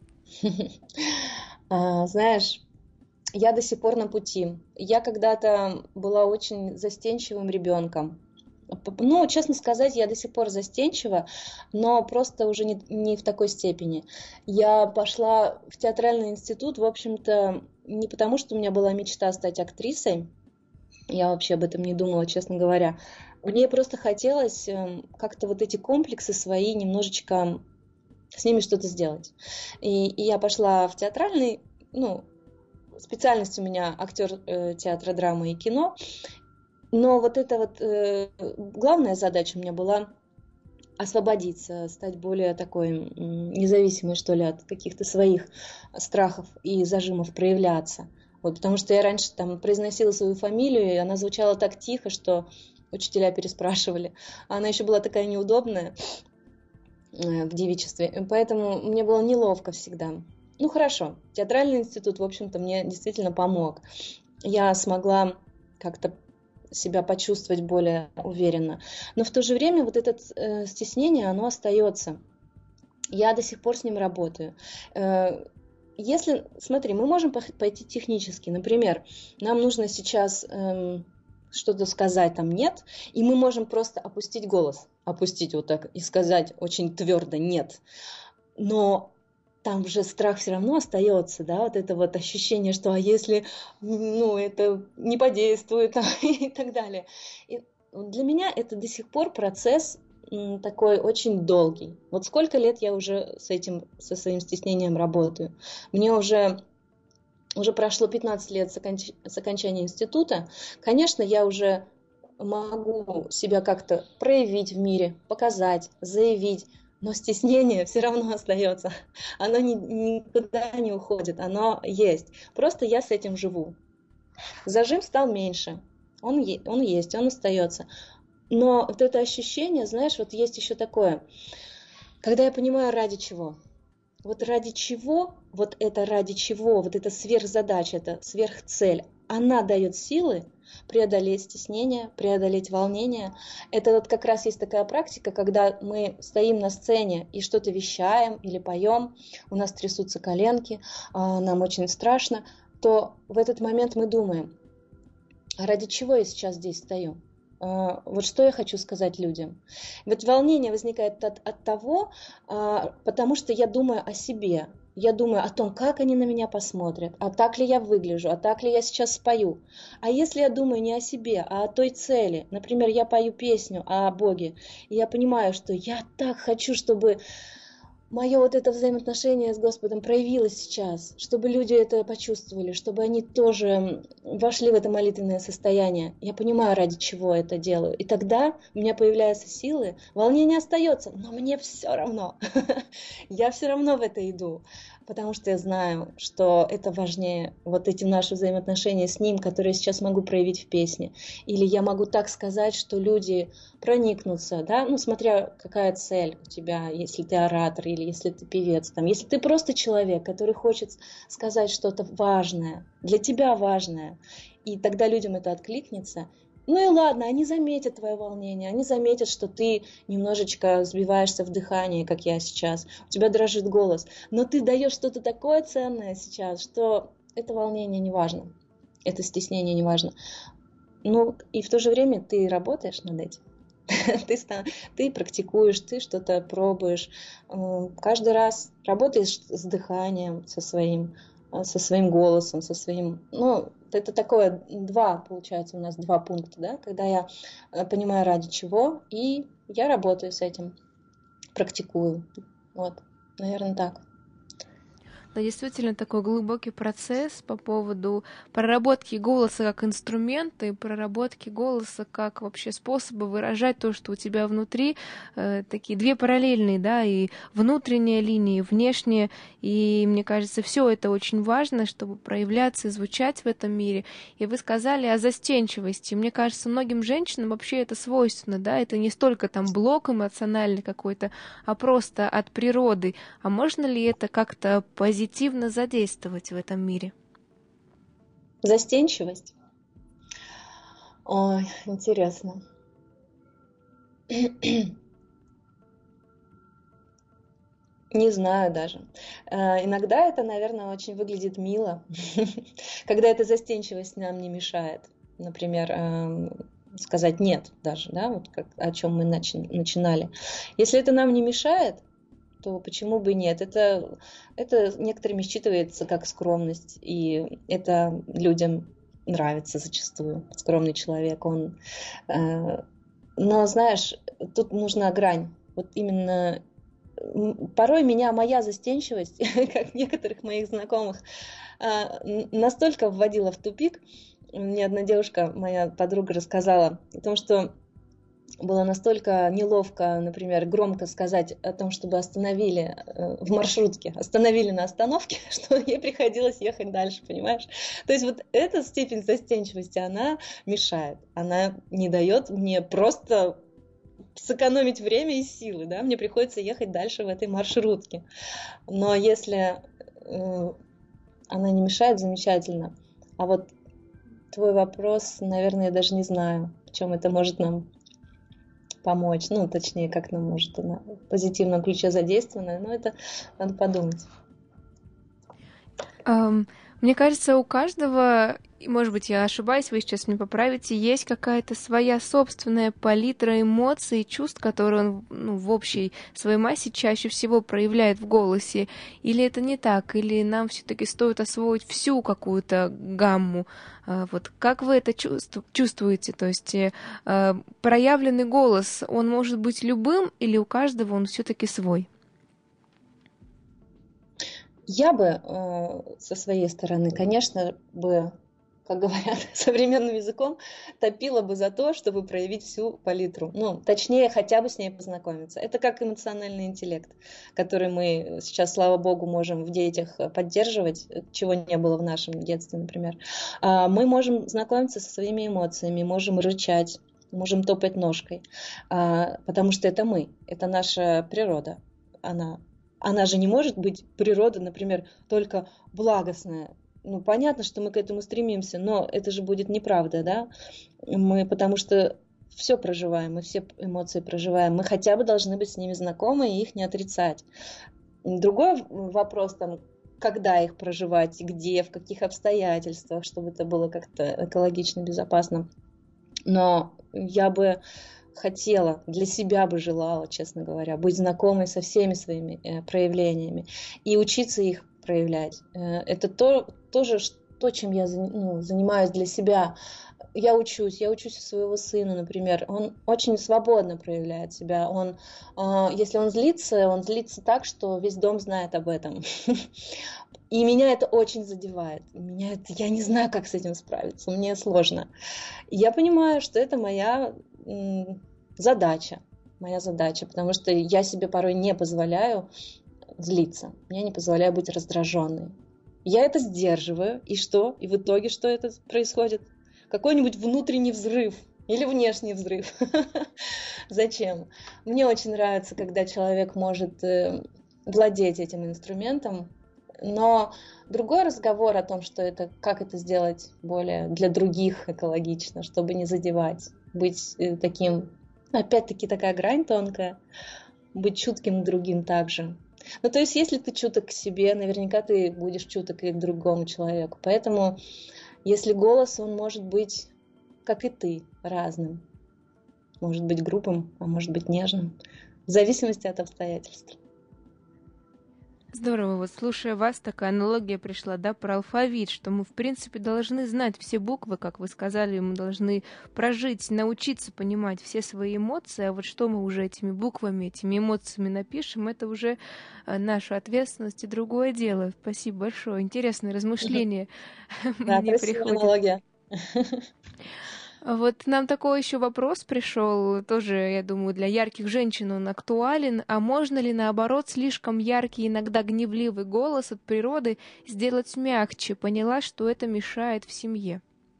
Знаешь, я до сих пор на пути. Я когда-то была очень застенчивым ребенком. Ну, честно сказать, я до сих пор застенчива, но просто уже не в такой степени. Я пошла в театральный институт, в общем-то, не потому, что у меня была мечта стать актрисой. Я вообще об этом не думала, честно говоря. Мне просто хотелось как-то вот эти комплексы свои немножечко с ними что-то сделать. И я пошла в театральный, ну, специальность у меня актер театра, драмы и кино. Но вот эта вот главная задача у меня была освободиться, стать более такой независимой, что ли, от каких-то своих страхов и зажимов проявляться. Вот, потому что я раньше там произносила свою фамилию, и она звучала так тихо, что учителя переспрашивали. А она еще была такая неудобная в девичестве, поэтому мне было неловко всегда. Ну хорошо, театральный институт, в общем-то, мне действительно помог. Я смогла как-то себя почувствовать более уверенно. Но в то же время вот это стеснение, оно остается. Я до сих пор с ним работаю. Если, смотри, мы можем пойти технически. Например, нам нужно сейчас что-то сказать, там нет, и мы можем просто опустить голос, опустить вот так и сказать очень твердо нет. Но там же страх все равно остается, да, вот это вот ощущение, что а если, ну, это не подействует и так далее. И для меня это до сих пор процесс такой очень долгий. Вот сколько лет я уже со своим стеснением работаю. Мне уже прошло 15 лет с окончания института. Конечно, я уже могу себя как-то проявить в мире, показать, заявить, но стеснение все равно остается. Оно никуда не уходит, оно есть. Просто я с этим живу. Зажим стал меньше. Он есть, он остается. Но вот это ощущение, знаешь, вот есть еще такое, когда я понимаю, ради чего. Вот ради чего, вот это сверхзадача, это сверхцель, она дает силы преодолеть стеснение, преодолеть волнение. Это вот как раз есть такая практика, когда мы стоим на сцене и что-то вещаем или поем, у нас трясутся коленки, нам очень страшно, то в этот момент мы думаем, а ради чего я сейчас здесь стою? Вот что я хочу сказать людям. Вот волнение возникает от того, потому что я думаю о себе. Я думаю о том, как они на меня посмотрят, а так ли я выгляжу, а так ли я сейчас спою. А если я думаю не о себе, а о той цели, например, я пою песню о Боге, и я понимаю, что я так хочу, чтобы мое вот это взаимоотношение с Господом проявилось сейчас, чтобы люди это почувствовали, чтобы они тоже вошли в это молитвенное состояние. Я понимаю, ради чего это делаю. И тогда у меня появляются силы, волнение остается, но мне все равно. Я все равно в это иду, потому что я знаю, что это важнее, вот эти наши взаимоотношения с Ним, которые я сейчас могу проявить в песне. Или я могу так сказать, что люди проникнутся, да, ну, смотря какая цель у тебя, если ты оратор или если ты певец, там, если ты просто человек, который хочет сказать что-то важное, для тебя важное, и тогда людям это откликнется. Ну и ладно, они заметят твое волнение, они заметят, что ты немножечко сбиваешься в дыхании, как я сейчас, у тебя дрожит голос, но ты даешь что-то такое ценное сейчас, что это волнение не важно, это стеснение не важно. Ну и в то же время ты работаешь над этим. Ты практикуешь, ты что-то пробуешь, каждый раз работаешь с дыханием, со своим голосом, со своим... Ну, это такое получается, у нас два пункта, да, когда я понимаю, ради чего, и я работаю с этим, практикую. Вот, наверное, так. Да, действительно такой глубокий процесс по поводу проработки голоса как инструмента и проработки голоса как вообще способа выражать то, что у тебя внутри. Такие две параллельные, да, и внутренняя линия, и внешняя. И мне кажется, все это очень важно, чтобы проявляться и звучать в этом мире. И вы сказали о застенчивости. Мне кажется, многим женщинам вообще это свойственно, да, это не столько там блок эмоциональный какой-то, а просто от природы. А можно ли это как-то позитивно задействовать в этом мире? Застенчивость? Ой, интересно. Не знаю даже. Иногда это, наверное, очень выглядит мило, когда эта застенчивость нам не мешает. Например, сказать «нет» даже, да, вот как, о чем мы начинали. Если это нам не мешает, то почему бы и нет? Это некоторыми считывается как скромность, и это людям нравится зачастую. Скромный человек, он... Но, знаешь, тут нужна грань. Вот именно порой моя застенчивость, как некоторых моих знакомых, настолько вводила в тупик. Мне одна девушка, моя подруга, рассказала о том, что было настолько неловко, например, громко сказать о том, чтобы остановили в маршрутке, остановили на остановке, что ей приходилось ехать дальше, понимаешь? То есть вот эта степень застенчивости, она мешает, она не дает мне просто сэкономить время и силы, да, мне приходится ехать дальше в этой маршрутке. Но если она не мешает, замечательно. А вот твой вопрос, наверное, я даже не знаю, в чем это может нам помочь, ну, точнее, как нам может в позитивном ключе задействовано, но это надо подумать. Мне кажется, у каждого, может быть, я ошибаюсь, вы сейчас меня поправите, есть какая-то своя собственная палитра эмоций и чувств, которые он в общей своей массе чаще всего проявляет в голосе. Или это не так? Или нам все-таки стоит освоить всю какую-то гамму? Вот как вы это чувствуете? То есть проявленный голос, он может быть любым или у каждого он все-таки свой? Я бы со своей стороны, конечно, как говорят современным языком, топила бы за то, чтобы проявить всю палитру. Ну, точнее, хотя бы с ней познакомиться. Это как эмоциональный интеллект, который мы сейчас, слава богу, можем в детях поддерживать, чего не было в нашем детстве, например. Мы можем знакомиться со своими эмоциями, можем рычать, можем топать ножкой, потому что это мы, это наша природа. Она же не может быть природа, например, только благостная. ну, понятно, что мы к этому стремимся, но это же будет неправда, да? Потому что все проживаем, мы все эмоции проживаем, мы хотя бы должны быть с ними знакомы и их не отрицать. Другой вопрос, там, когда их проживать, где, в каких обстоятельствах, чтобы это было как-то экологично, безопасно. Но я бы хотела, для себя бы желала, честно говоря, быть знакомой со всеми своими проявлениями и учиться их проявлять. Это тоже то, чем я занимаюсь для себя. Я учусь у своего сына, например. Он очень свободно проявляет себя. Если он злится так, что весь дом знает об этом. И меня это очень задевает. Я не знаю, как с этим справиться. Мне сложно. Я понимаю, что это моя задача, потому что я себе порой не позволяю злиться, я не позволяю быть раздраженной. Я это сдерживаю, и что? И в итоге что это происходит? Какой-нибудь внутренний взрыв или внешний взрыв. Зачем? Мне очень нравится, когда человек может владеть этим инструментом, но другой разговор о том, как это сделать более для других экологично, чтобы не задевать, быть таким, опять-таки такая грань тонкая, быть чутким к другим также. Ну, то есть, если ты чуток к себе, наверняка ты будешь чуток и к другому человеку. Поэтому, если голос, он может быть, как и ты, разным. Может быть грубым, а может быть нежным. В зависимости от обстоятельств. Здорово, вот слушая вас, такая аналогия пришла, да, про алфавит, что мы, в принципе, должны знать все буквы, как вы сказали, мы должны прожить, научиться понимать все свои эмоции, а вот что мы уже этими буквами, этими эмоциями напишем, это уже наша ответственность и другое дело. Спасибо большое. Интересное размышление мне приходит. Аналогия. Вот нам такой еще вопрос пришел, тоже, я думаю, для ярких женщин он актуален. А можно ли, наоборот, слишком яркий, иногда гневливый голос от природы сделать мягче? Поняла, что это мешает в семье.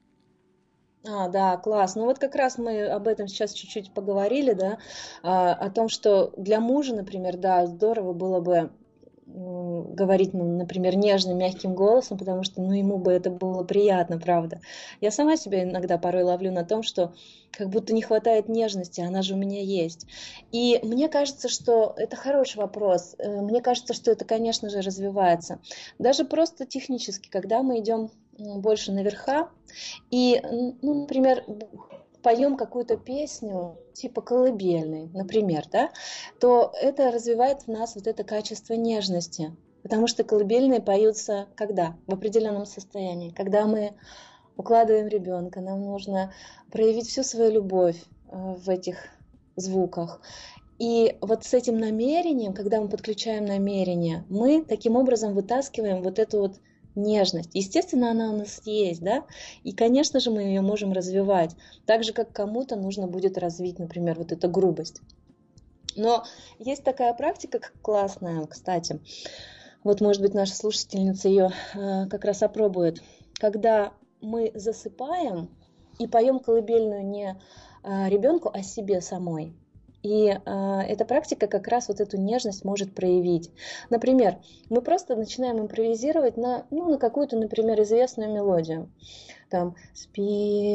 Да, класс. Ну вот как раз мы об этом сейчас чуть-чуть поговорили, да, о том, что для мужа, например, да, здорово было бы говорить, например, нежным, мягким голосом, потому что, ему бы это было приятно, правда. Я сама себя иногда порой ловлю на том, что как будто не хватает нежности, она же у меня есть. И мне кажется, что это хороший вопрос. Мне кажется, что это, конечно же, развивается. Даже просто технически, когда мы идем больше наверха и, например, поем какую-то песню, типа колыбельной, например, да, то это развивает в нас вот это качество нежности. Потому что колыбельные поются когда? В определенном состоянии. Когда мы укладываем ребенка, нам нужно проявить всю свою любовь в этих звуках. И вот с этим намерением, когда мы подключаем намерение, мы таким образом вытаскиваем вот эту вот нежность. Естественно, она у нас есть, да, и, конечно же, мы ее можем развивать. Так же, как кому-то нужно будет развить, например, вот эту грубость. Но есть такая практика классная, кстати, вот, может быть, наша слушательница ее как раз опробует, когда мы засыпаем и поем колыбельную не ребенку, а себе самой. И эта практика как раз вот эту нежность может проявить. Например, мы просто начинаем импровизировать на какую-то, например, известную мелодию. Там «Спи,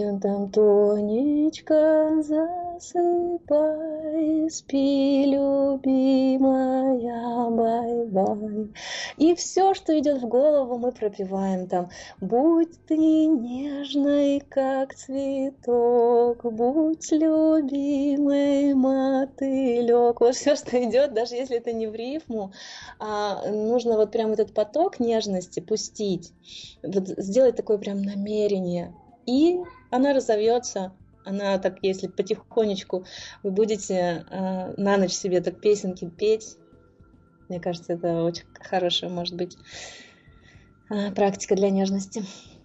Антонечка, засыпай, спи, любимая, бай-бай». И все, что идет в голову, мы пропеваем там «Будь ты нежной, как цветок, будь любимый мотылек». Вот все, что идет, даже если это не в рифму, нужно вот прям этот поток нежности пустить, вот сделать такое прям намерение. И она разовьется, она так, если потихонечку вы будете на ночь себе так песенки петь, мне кажется, это очень хорошая, может быть, практика для нежности.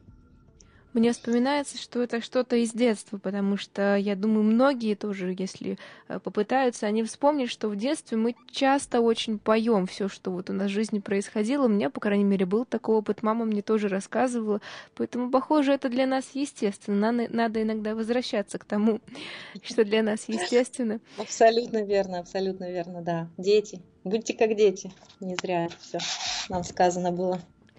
Мне вспоминается, что это что-то из детства, потому что, я думаю, многие тоже, если попытаются, они вспомнят, что в детстве мы часто очень поем все, что вот у нас в жизни происходило. У меня, по крайней мере, был такой опыт, мама мне тоже рассказывала. Поэтому, похоже, это для нас естественно. Надо иногда возвращаться к тому, что для нас естественно. Абсолютно верно, да. Дети. Будьте как дети. Не зря это все нам сказано было.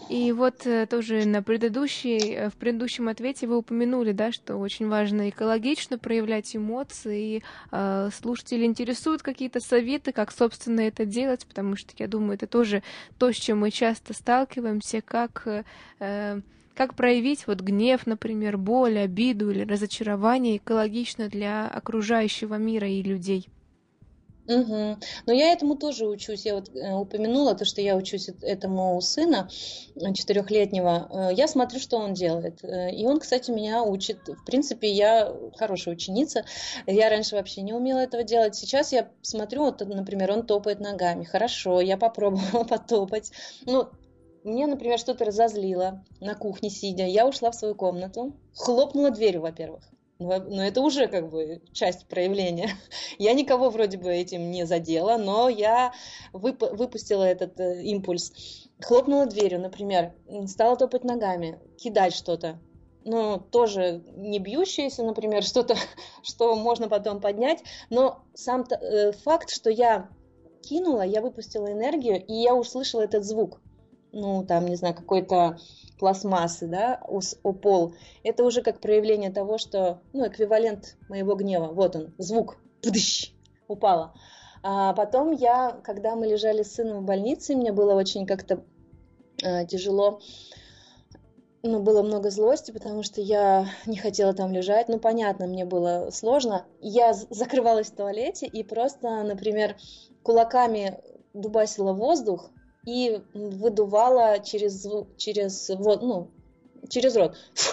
И вот тоже в предыдущем ответе вы упомянули, да, что очень важно экологично проявлять эмоции, и слушатели интересуют какие-то советы, как, собственно, это делать, потому что, я думаю, это тоже то, с чем мы часто сталкиваемся, как проявить вот гнев, например, боль, обиду или разочарование экологично для окружающего мира и людей. Мгм. Но я этому тоже учусь. Я вот упомянула то, что я учусь этому у сына 4-летнего. Я смотрю, что он делает. И он, кстати, меня учит. В принципе, я хорошая ученица. Я раньше вообще не умела этого делать. Сейчас я смотрю, вот, например, он топает ногами. Хорошо, я попробовала потопать. Ну, мне, например, что-то разозлило на кухне сидя. Я ушла в свою комнату, хлопнула дверью, во-первых. Но это уже как бы часть проявления. Я никого вроде бы этим не задела, но я выпустила этот импульс. Хлопнула дверью, например, стала топать ногами, кидать что-то. Ну, тоже не бьющееся, например, что-то, что можно потом поднять. Но сам факт, что я кинула, я выпустила энергию, и я услышала этот звук. Ну, там, не знаю, какой-то пластмассы, да, о пол. Это уже как проявление того, что, ну, эквивалент моего гнева. Вот он, звук, пдыщ, упала. А потом когда мы лежали с сыном в больнице, мне было очень как-то тяжело, ну, было много злости, потому что я не хотела там лежать. Ну, понятно, мне было сложно. Я закрывалась в туалете и просто, например, кулаками дубасила воздух и выдувала через рот.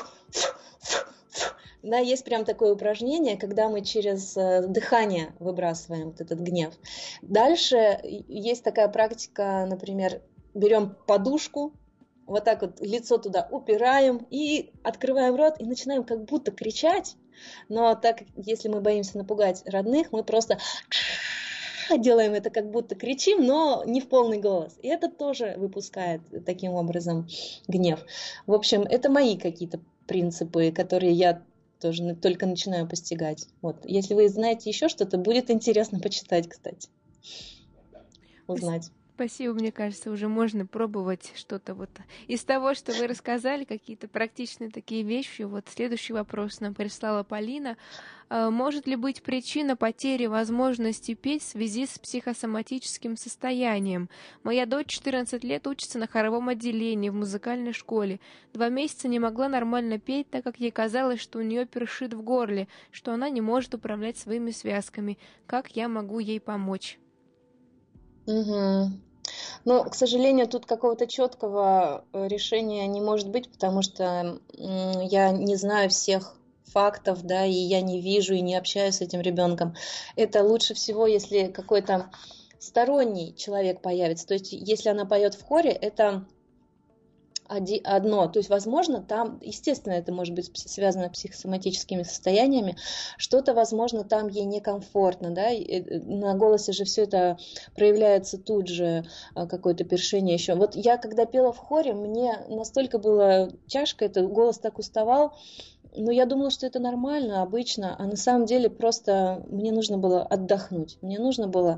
Да, есть прям такое упражнение, когда мы через дыхание выбрасываем вот этот гнев. Дальше есть такая практика, например, берем подушку, вот так вот лицо туда упираем и открываем рот и начинаем как будто кричать. Но так, если мы боимся напугать родных, мы просто делаем это, как будто кричим, но не в полный голос. И это тоже выпускает таким образом гнев. В общем, это мои какие-то принципы, которые я тоже только начинаю постигать. Вот. Если вы знаете еще что-то, будет интересно почитать, кстати, узнать. Спасибо, мне кажется, уже можно пробовать что-то вот из того, что вы рассказали, какие-то практичные такие вещи. Вот следующий вопрос нам прислала Полина. Может ли быть причина потери возможности петь в связи с психосоматическим состоянием? Моя дочь 14 лет учится на хоровом отделении в музыкальной школе. 2 месяца не могла нормально петь, так как ей казалось, что у нее першит в горле, что она не может управлять своими связками. Как я могу ей помочь? Угу. Но, к сожалению, тут какого-то четкого решения не может быть, потому что я не знаю всех фактов, да, и я не вижу и не общаюсь с этим ребенком. Это лучше всего, если какой-то сторонний человек появится. То есть, если она поет в хоре, это одно. То есть, возможно, там, естественно, это может быть связано с психосоматическими состояниями, что-то, возможно, там ей некомфортно, да, и на голосе же все это проявляется тут же, какое-то першение еще. Вот я, когда пела в хоре, мне настолько было тяжко, этот голос так уставал, но я думала, что это нормально, обычно, а на самом деле просто мне нужно было отдохнуть, мне нужно было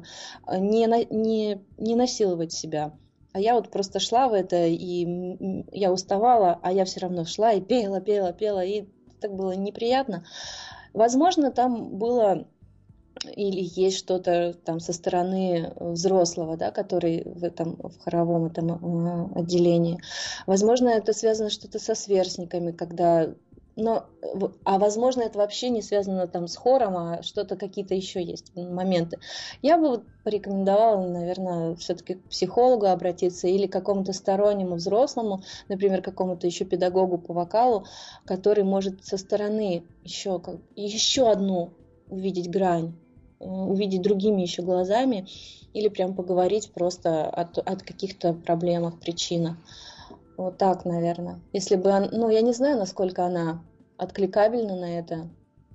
не насиловать себя. А я вот просто шла в это, и я уставала, а я все равно шла и пела, пела, пела, и так было неприятно. Возможно, там было или есть что-то там со стороны взрослого, да, который в хоровом этом отделении. Возможно, это связано что-то со сверстниками, когда... возможно, это вообще не связано там с хором, а что-то какие-то еще есть моменты. Я бы порекомендовала, наверное, все-таки к психологу обратиться или к какому-то стороннему взрослому, например, какому-то еще педагогу по вокалу, который может со стороны еще одну увидеть грань, увидеть другими еще глазами или прям поговорить просто от каких-то проблемах, причинах. Вот так, наверное. Если бы я не знаю, насколько она откликабельна на это,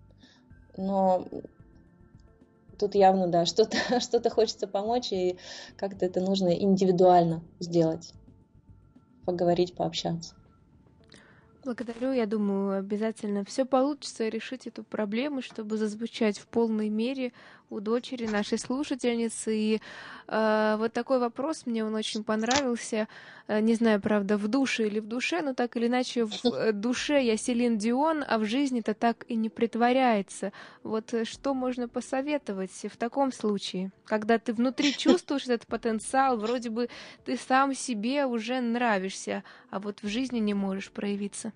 но тут явно, да, что-то хочется помочь, и как-то это нужно индивидуально сделать. Поговорить, пообщаться. Благодарю, я думаю, обязательно все получится решить эту проблему, чтобы зазвучать в полной мере у дочери нашей слушательницы. И вот такой вопрос, мне он очень понравился. Не знаю, правда, в душе или в душе, но так или иначе в душе я Селин Дион, а в жизни-то так и не притворяется. Вот что можно посоветовать в таком случае, когда ты внутри чувствуешь этот потенциал, вроде бы ты сам себе уже нравишься, а вот в жизни не можешь проявиться?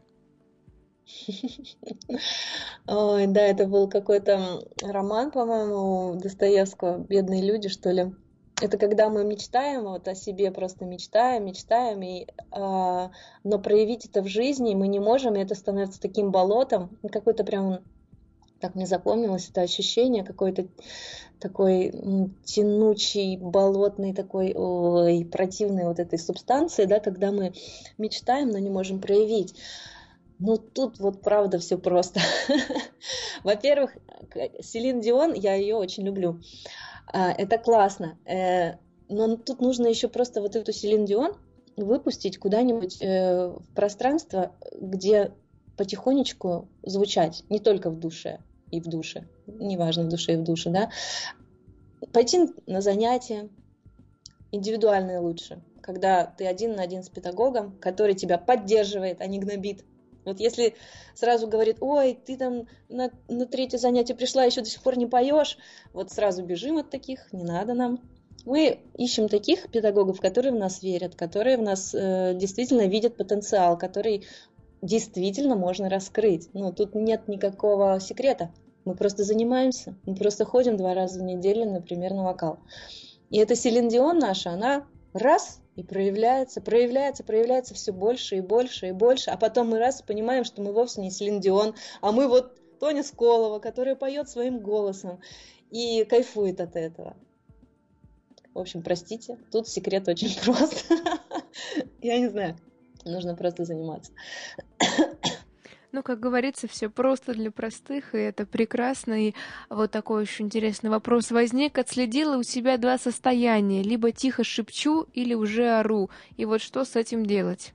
Ой, да, это был какой-то роман, по-моему, Достоевского «Бедные люди», что ли. Это когда мы мечтаем вот о себе, просто мечтаем, мечтаем, но проявить это в жизни мы не можем, и это становится таким болотом. Какой-то прям, так мне запомнилось это ощущение, какой-то такой тянучий, болотный такой, ой, противной вот этой субстанции, да, когда мы мечтаем, но не можем проявить. Ну, тут вот правда все просто. Во-первых, Селин Дион, я ее очень люблю. Это классно. Но тут нужно еще просто вот эту Селин Дион выпустить куда-нибудь в пространство, где потихонечку звучать, не только в душе и в душе, неважно, в душе и в душе, да. Пойти на занятия, индивидуальные лучше, когда ты один на один с педагогом, который тебя поддерживает, а не гнобит. Вот если сразу говорит, ой, ты там на третье занятие пришла, еще до сих пор не поешь, вот сразу бежим от таких, не надо нам. Мы ищем таких педагогов, которые в нас верят, которые в нас действительно видят потенциал, который действительно можно раскрыть. Ну, тут нет никакого секрета. Мы просто занимаемся, мы просто ходим 2 раза в неделю, например, на вокал. И эта Селин Дион наша, она раз и проявляется все больше и больше и больше, а потом мы раз понимаем, что мы вовсе не Селин Дион, а мы вот Тоня Сколова, которая поет своим голосом и кайфует от этого. В общем, простите, тут секрет очень прост. Я не знаю, нужно просто заниматься. Ну, как говорится, все просто для простых, и это прекрасно. И вот такой еще интересный вопрос возник. Отследила у себя 2 состояния. Либо тихо шепчу, или уже ору. И вот что с этим делать?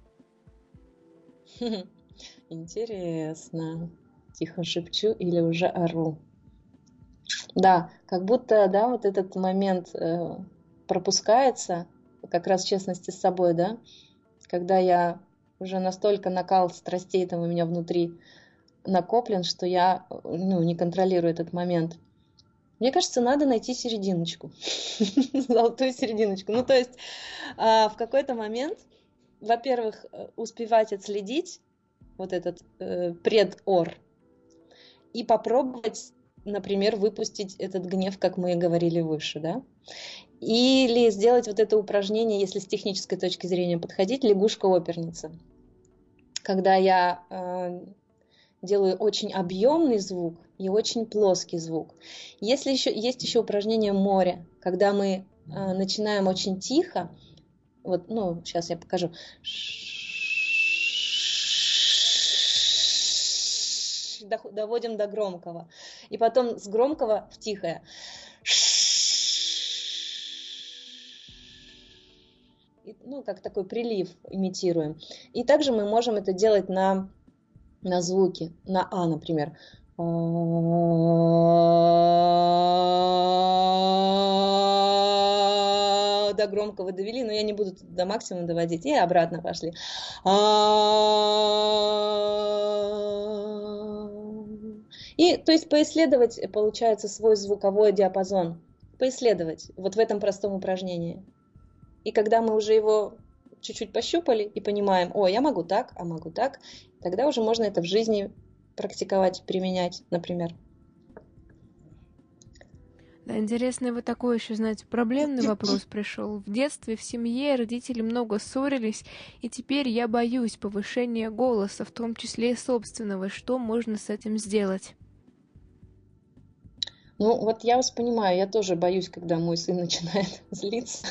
Интересно. Тихо шепчу или уже ору. Да, как будто, да, вот этот момент пропускается, как раз в честности с собой, да, когда я уже настолько накал страстей там у меня внутри накоплен, что я не контролирую этот момент. Мне кажется, надо найти серединочку, золотую серединочку. Ну, то есть в какой-то момент, во-первых, успевать отследить вот этот предор и попробовать, например, выпустить этот гнев, как мы и говорили выше, да? Или сделать вот это упражнение, если с технической точки зрения подходить, лягушка-оперница. Когда я делаю очень объемный звук и очень плоский звук. Есть еще упражнение море, когда мы начинаем очень тихо, вот, ну, сейчас я покажу, доводим до громкого, и потом с громкого в тихое. Ну, как такой прилив имитируем. И также мы можем это делать на звуки, на А, например. До громкого довели, но я не буду до максимума доводить. И обратно пошли. И, то есть, поисследовать, получается, свой звуковой диапазон. Поисследовать вот в этом простом упражнении. И когда мы уже его чуть-чуть пощупали и понимаем, о, я могу так, а могу так, тогда уже можно это в жизни практиковать, применять, например. Да, интересный вот такой еще, знаете, проблемный вопрос пришел. В детстве в семье родители много ссорились, и теперь я боюсь повышения голоса, в том числе и собственного. Что можно с этим сделать? Ну, вот я вас понимаю, я тоже боюсь, когда мой сын начинает злиться.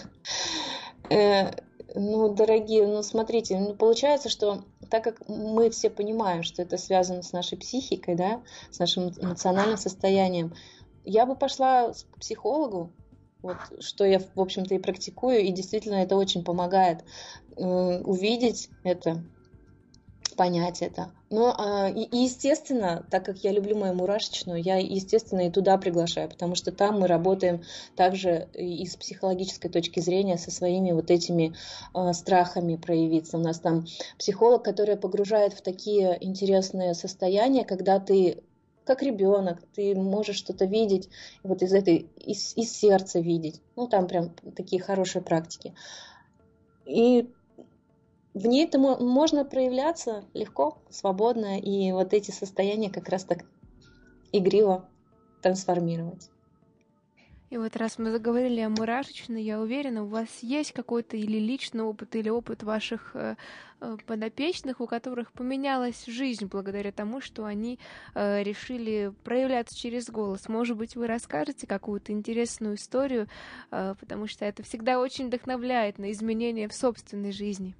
Ну, дорогие, ну, смотрите, ну, получается, что так как мы все понимаем, что это связано с нашей психикой, да, с нашим эмоциональным состоянием, я бы пошла к психологу, вот, что я, в общем-то, и практикую, и действительно это очень помогает увидеть это, понять это. Но, естественно, так как я люблю мою мурашечную, я, естественно, и туда приглашаю, потому что там мы работаем также и с психологической точки зрения со своими вот этими страхами проявиться. У нас там психолог, который погружает в такие интересные состояния, когда ты как ребенок, ты можешь что-то видеть, вот из сердца видеть. Ну, там прям такие хорошие практики. И в ней это можно проявляться легко, свободно, и вот эти состояния как раз так игриво трансформировать. И вот раз мы заговорили о мурашечной, я уверена, у вас есть какой-то или личный опыт, или опыт ваших подопечных, у которых поменялась жизнь благодаря тому, что они решили проявляться через голос. Может быть, вы расскажете какую-то интересную историю, потому что это всегда очень вдохновляет на изменения в собственной жизни.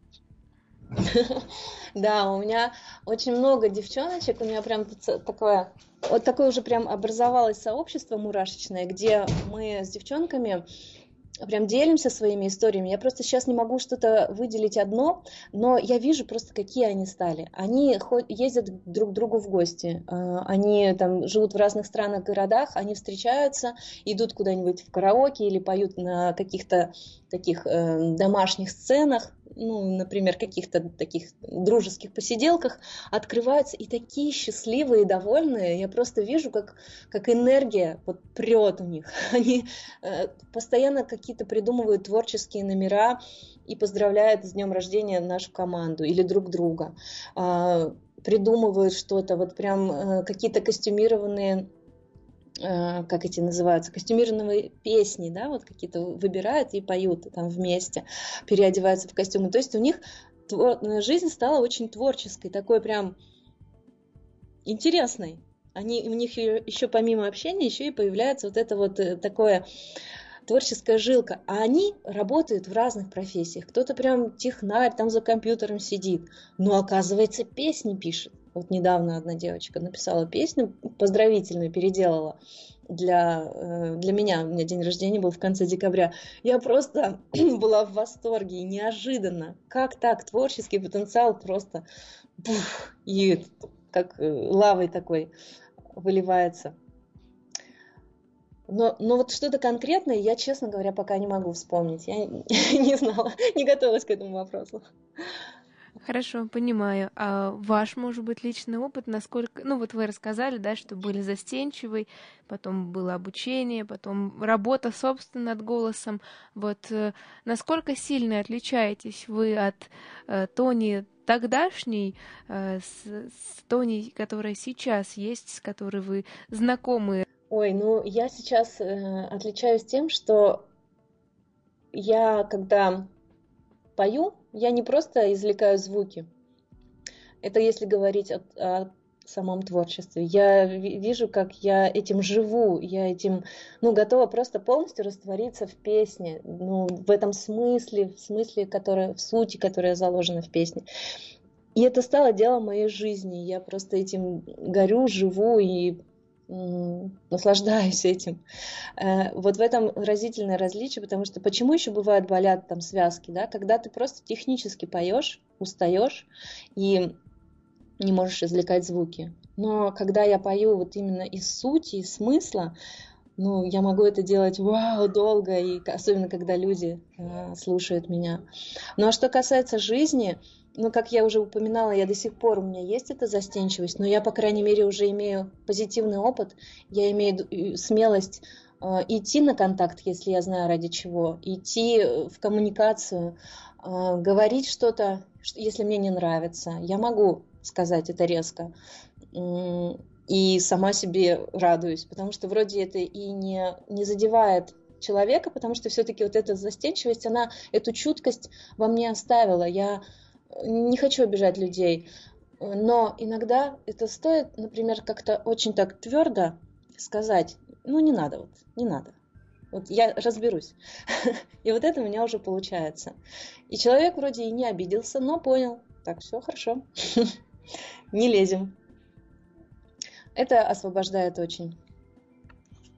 Да, у меня очень много девчоночек, у меня прям такое уже прям образовалось сообщество мурашечное, где мы с девчонками прям делимся своими историями. Я просто сейчас не могу что-то выделить одно, но я вижу просто, какие они стали. Они ездят друг к другу в гости, они там живут в разных странах, городах, они встречаются, идут куда-нибудь в караоке или поют на каких-то таких домашних сценах, ну, например, каких-то таких дружеских посиделках, открываются и такие счастливые и довольные. Я просто вижу, как энергия вот прет у них. Они постоянно какие-то придумывают творческие номера и поздравляют с днем рождения нашу команду или друг друга. Придумывают что-то, вот прям какие-то костюмированные, как эти называются, костюмированные песни, да, вот какие-то выбирают и поют там вместе, переодеваются в костюмы. То есть у них жизнь стала очень творческой, такой прям интересной. У них еще помимо общения еще и появляется вот это вот такое творческая жилка. А они работают в разных профессиях. Кто-то прям технарь, там за компьютером сидит, но оказывается песни пишет. Вот недавно одна девочка написала песню поздравительную, переделала для меня. У меня день рождения был в конце декабря. Я просто была в восторге, неожиданно. Как так? Творческий потенциал просто и как лавой такой выливается. Но вот что-то конкретное я, честно говоря, пока не могу вспомнить. Я не знала, не готовилась к этому вопросу. Хорошо, понимаю. А ваш, может быть, личный опыт, насколько... Ну, вот вы рассказали, да, что были застенчивы, потом было обучение, потом работа, собственно, над голосом. Вот насколько сильно отличаетесь вы от Тони тогдашней, с Тони, которая сейчас есть, с которой вы знакомы? Ой, ну я сейчас отличаюсь тем, что я, когда пою, я не просто извлекаю звуки. Это если говорить о самом творчестве. Я вижу, как я этим живу, я этим, готова просто полностью раствориться в песне, в этом смысле, в сути, которая заложена в песне. И это стало делом моей жизни. Я просто этим горю, живу и наслаждаюсь этим. Вот в этом разительное различие, потому что почему еще бывают болят там связки, да, когда ты просто технически поешь, устаешь и не можешь извлекать звуки. Но когда я пою вот именно из сути, из смысла, я могу это делать долго, и особенно когда люди слушают меня. Ну а что касается жизни, как я уже упоминала, я до сих пор, у меня есть эта застенчивость, но я, по крайней мере, уже имею позитивный опыт, я имею смелость идти на контакт, если я знаю ради чего, идти в коммуникацию, говорить что-то, если мне не нравится. Я могу сказать это резко и сама себе радуюсь, потому что вроде это и не задевает человека, потому что все-таки вот эта застенчивость, она эту чуткость во мне оставила. Я не хочу обижать людей, но иногда это стоит, например, как-то очень так твердо сказать, не надо, не надо. Вот я разберусь. И вот это у меня уже получается. И человек вроде и не обиделся, но понял, так, все хорошо, не лезем. Это освобождает очень.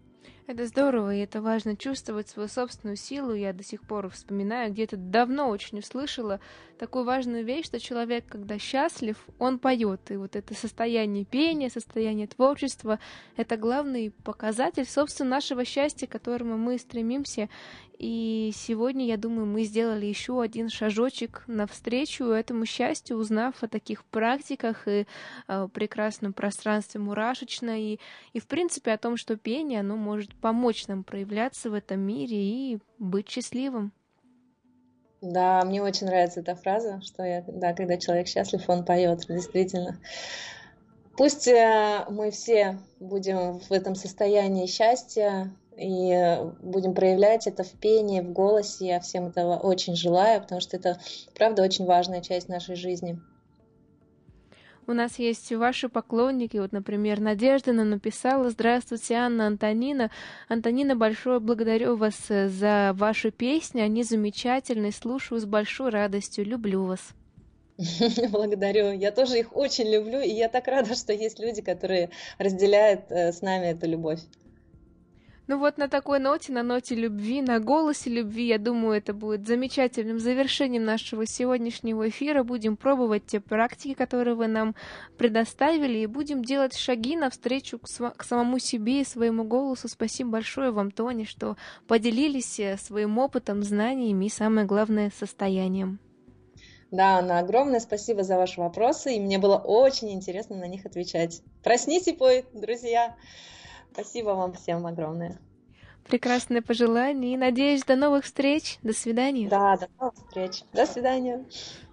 Это здорово, и это важно чувствовать свою собственную силу. Я до сих пор вспоминаю, где-то давно очень услышала такую важную вещь, что человек, когда счастлив, он поет. И вот это состояние пения, состояние творчества, это главный показатель, собственно, нашего счастья, к которому мы стремимся. И сегодня, я думаю, мы сделали еще один шажочек навстречу этому счастью, узнав о таких практиках и прекрасном пространстве мурашечной, и, в принципе, о том, что пение, оно может помочь нам проявляться в этом мире и быть счастливым. Да, мне очень нравится эта фраза, что да, когда человек счастлив, он поет, действительно. Пусть мы все будем в этом состоянии счастья и будем проявлять это в пении, в голосе. Я всем этого очень желаю, потому что это, правда, очень важная часть нашей жизни. У нас есть ваши поклонники. Вот, например, Надежда нам написала: «Здравствуйте, Анна, Антонина. Антонина, большое благодарю вас за ваши песни. Они замечательные. Слушаю с большой радостью. Люблю вас». Благодарю. Я тоже их очень люблю, и я так рада, что есть люди, которые разделяют с нами эту любовь. Ну вот на такой ноте, на ноте любви, на голосе любви, я думаю, это будет замечательным завершением нашего сегодняшнего эфира. Будем пробовать те практики, которые вы нам предоставили, и будем делать шаги навстречу к самому себе и своему голосу. Спасибо большое вам, Тоня, что поделились своим опытом, знаниями и, самое главное, состоянием. Да, Анна, огромное спасибо за ваши вопросы, и мне было очень интересно на них отвечать. Проснись и пой, друзья! Спасибо вам всем огромное. Прекрасное пожелание и надеюсь, до новых встреч. До свидания. Да, до новых встреч. До свидания.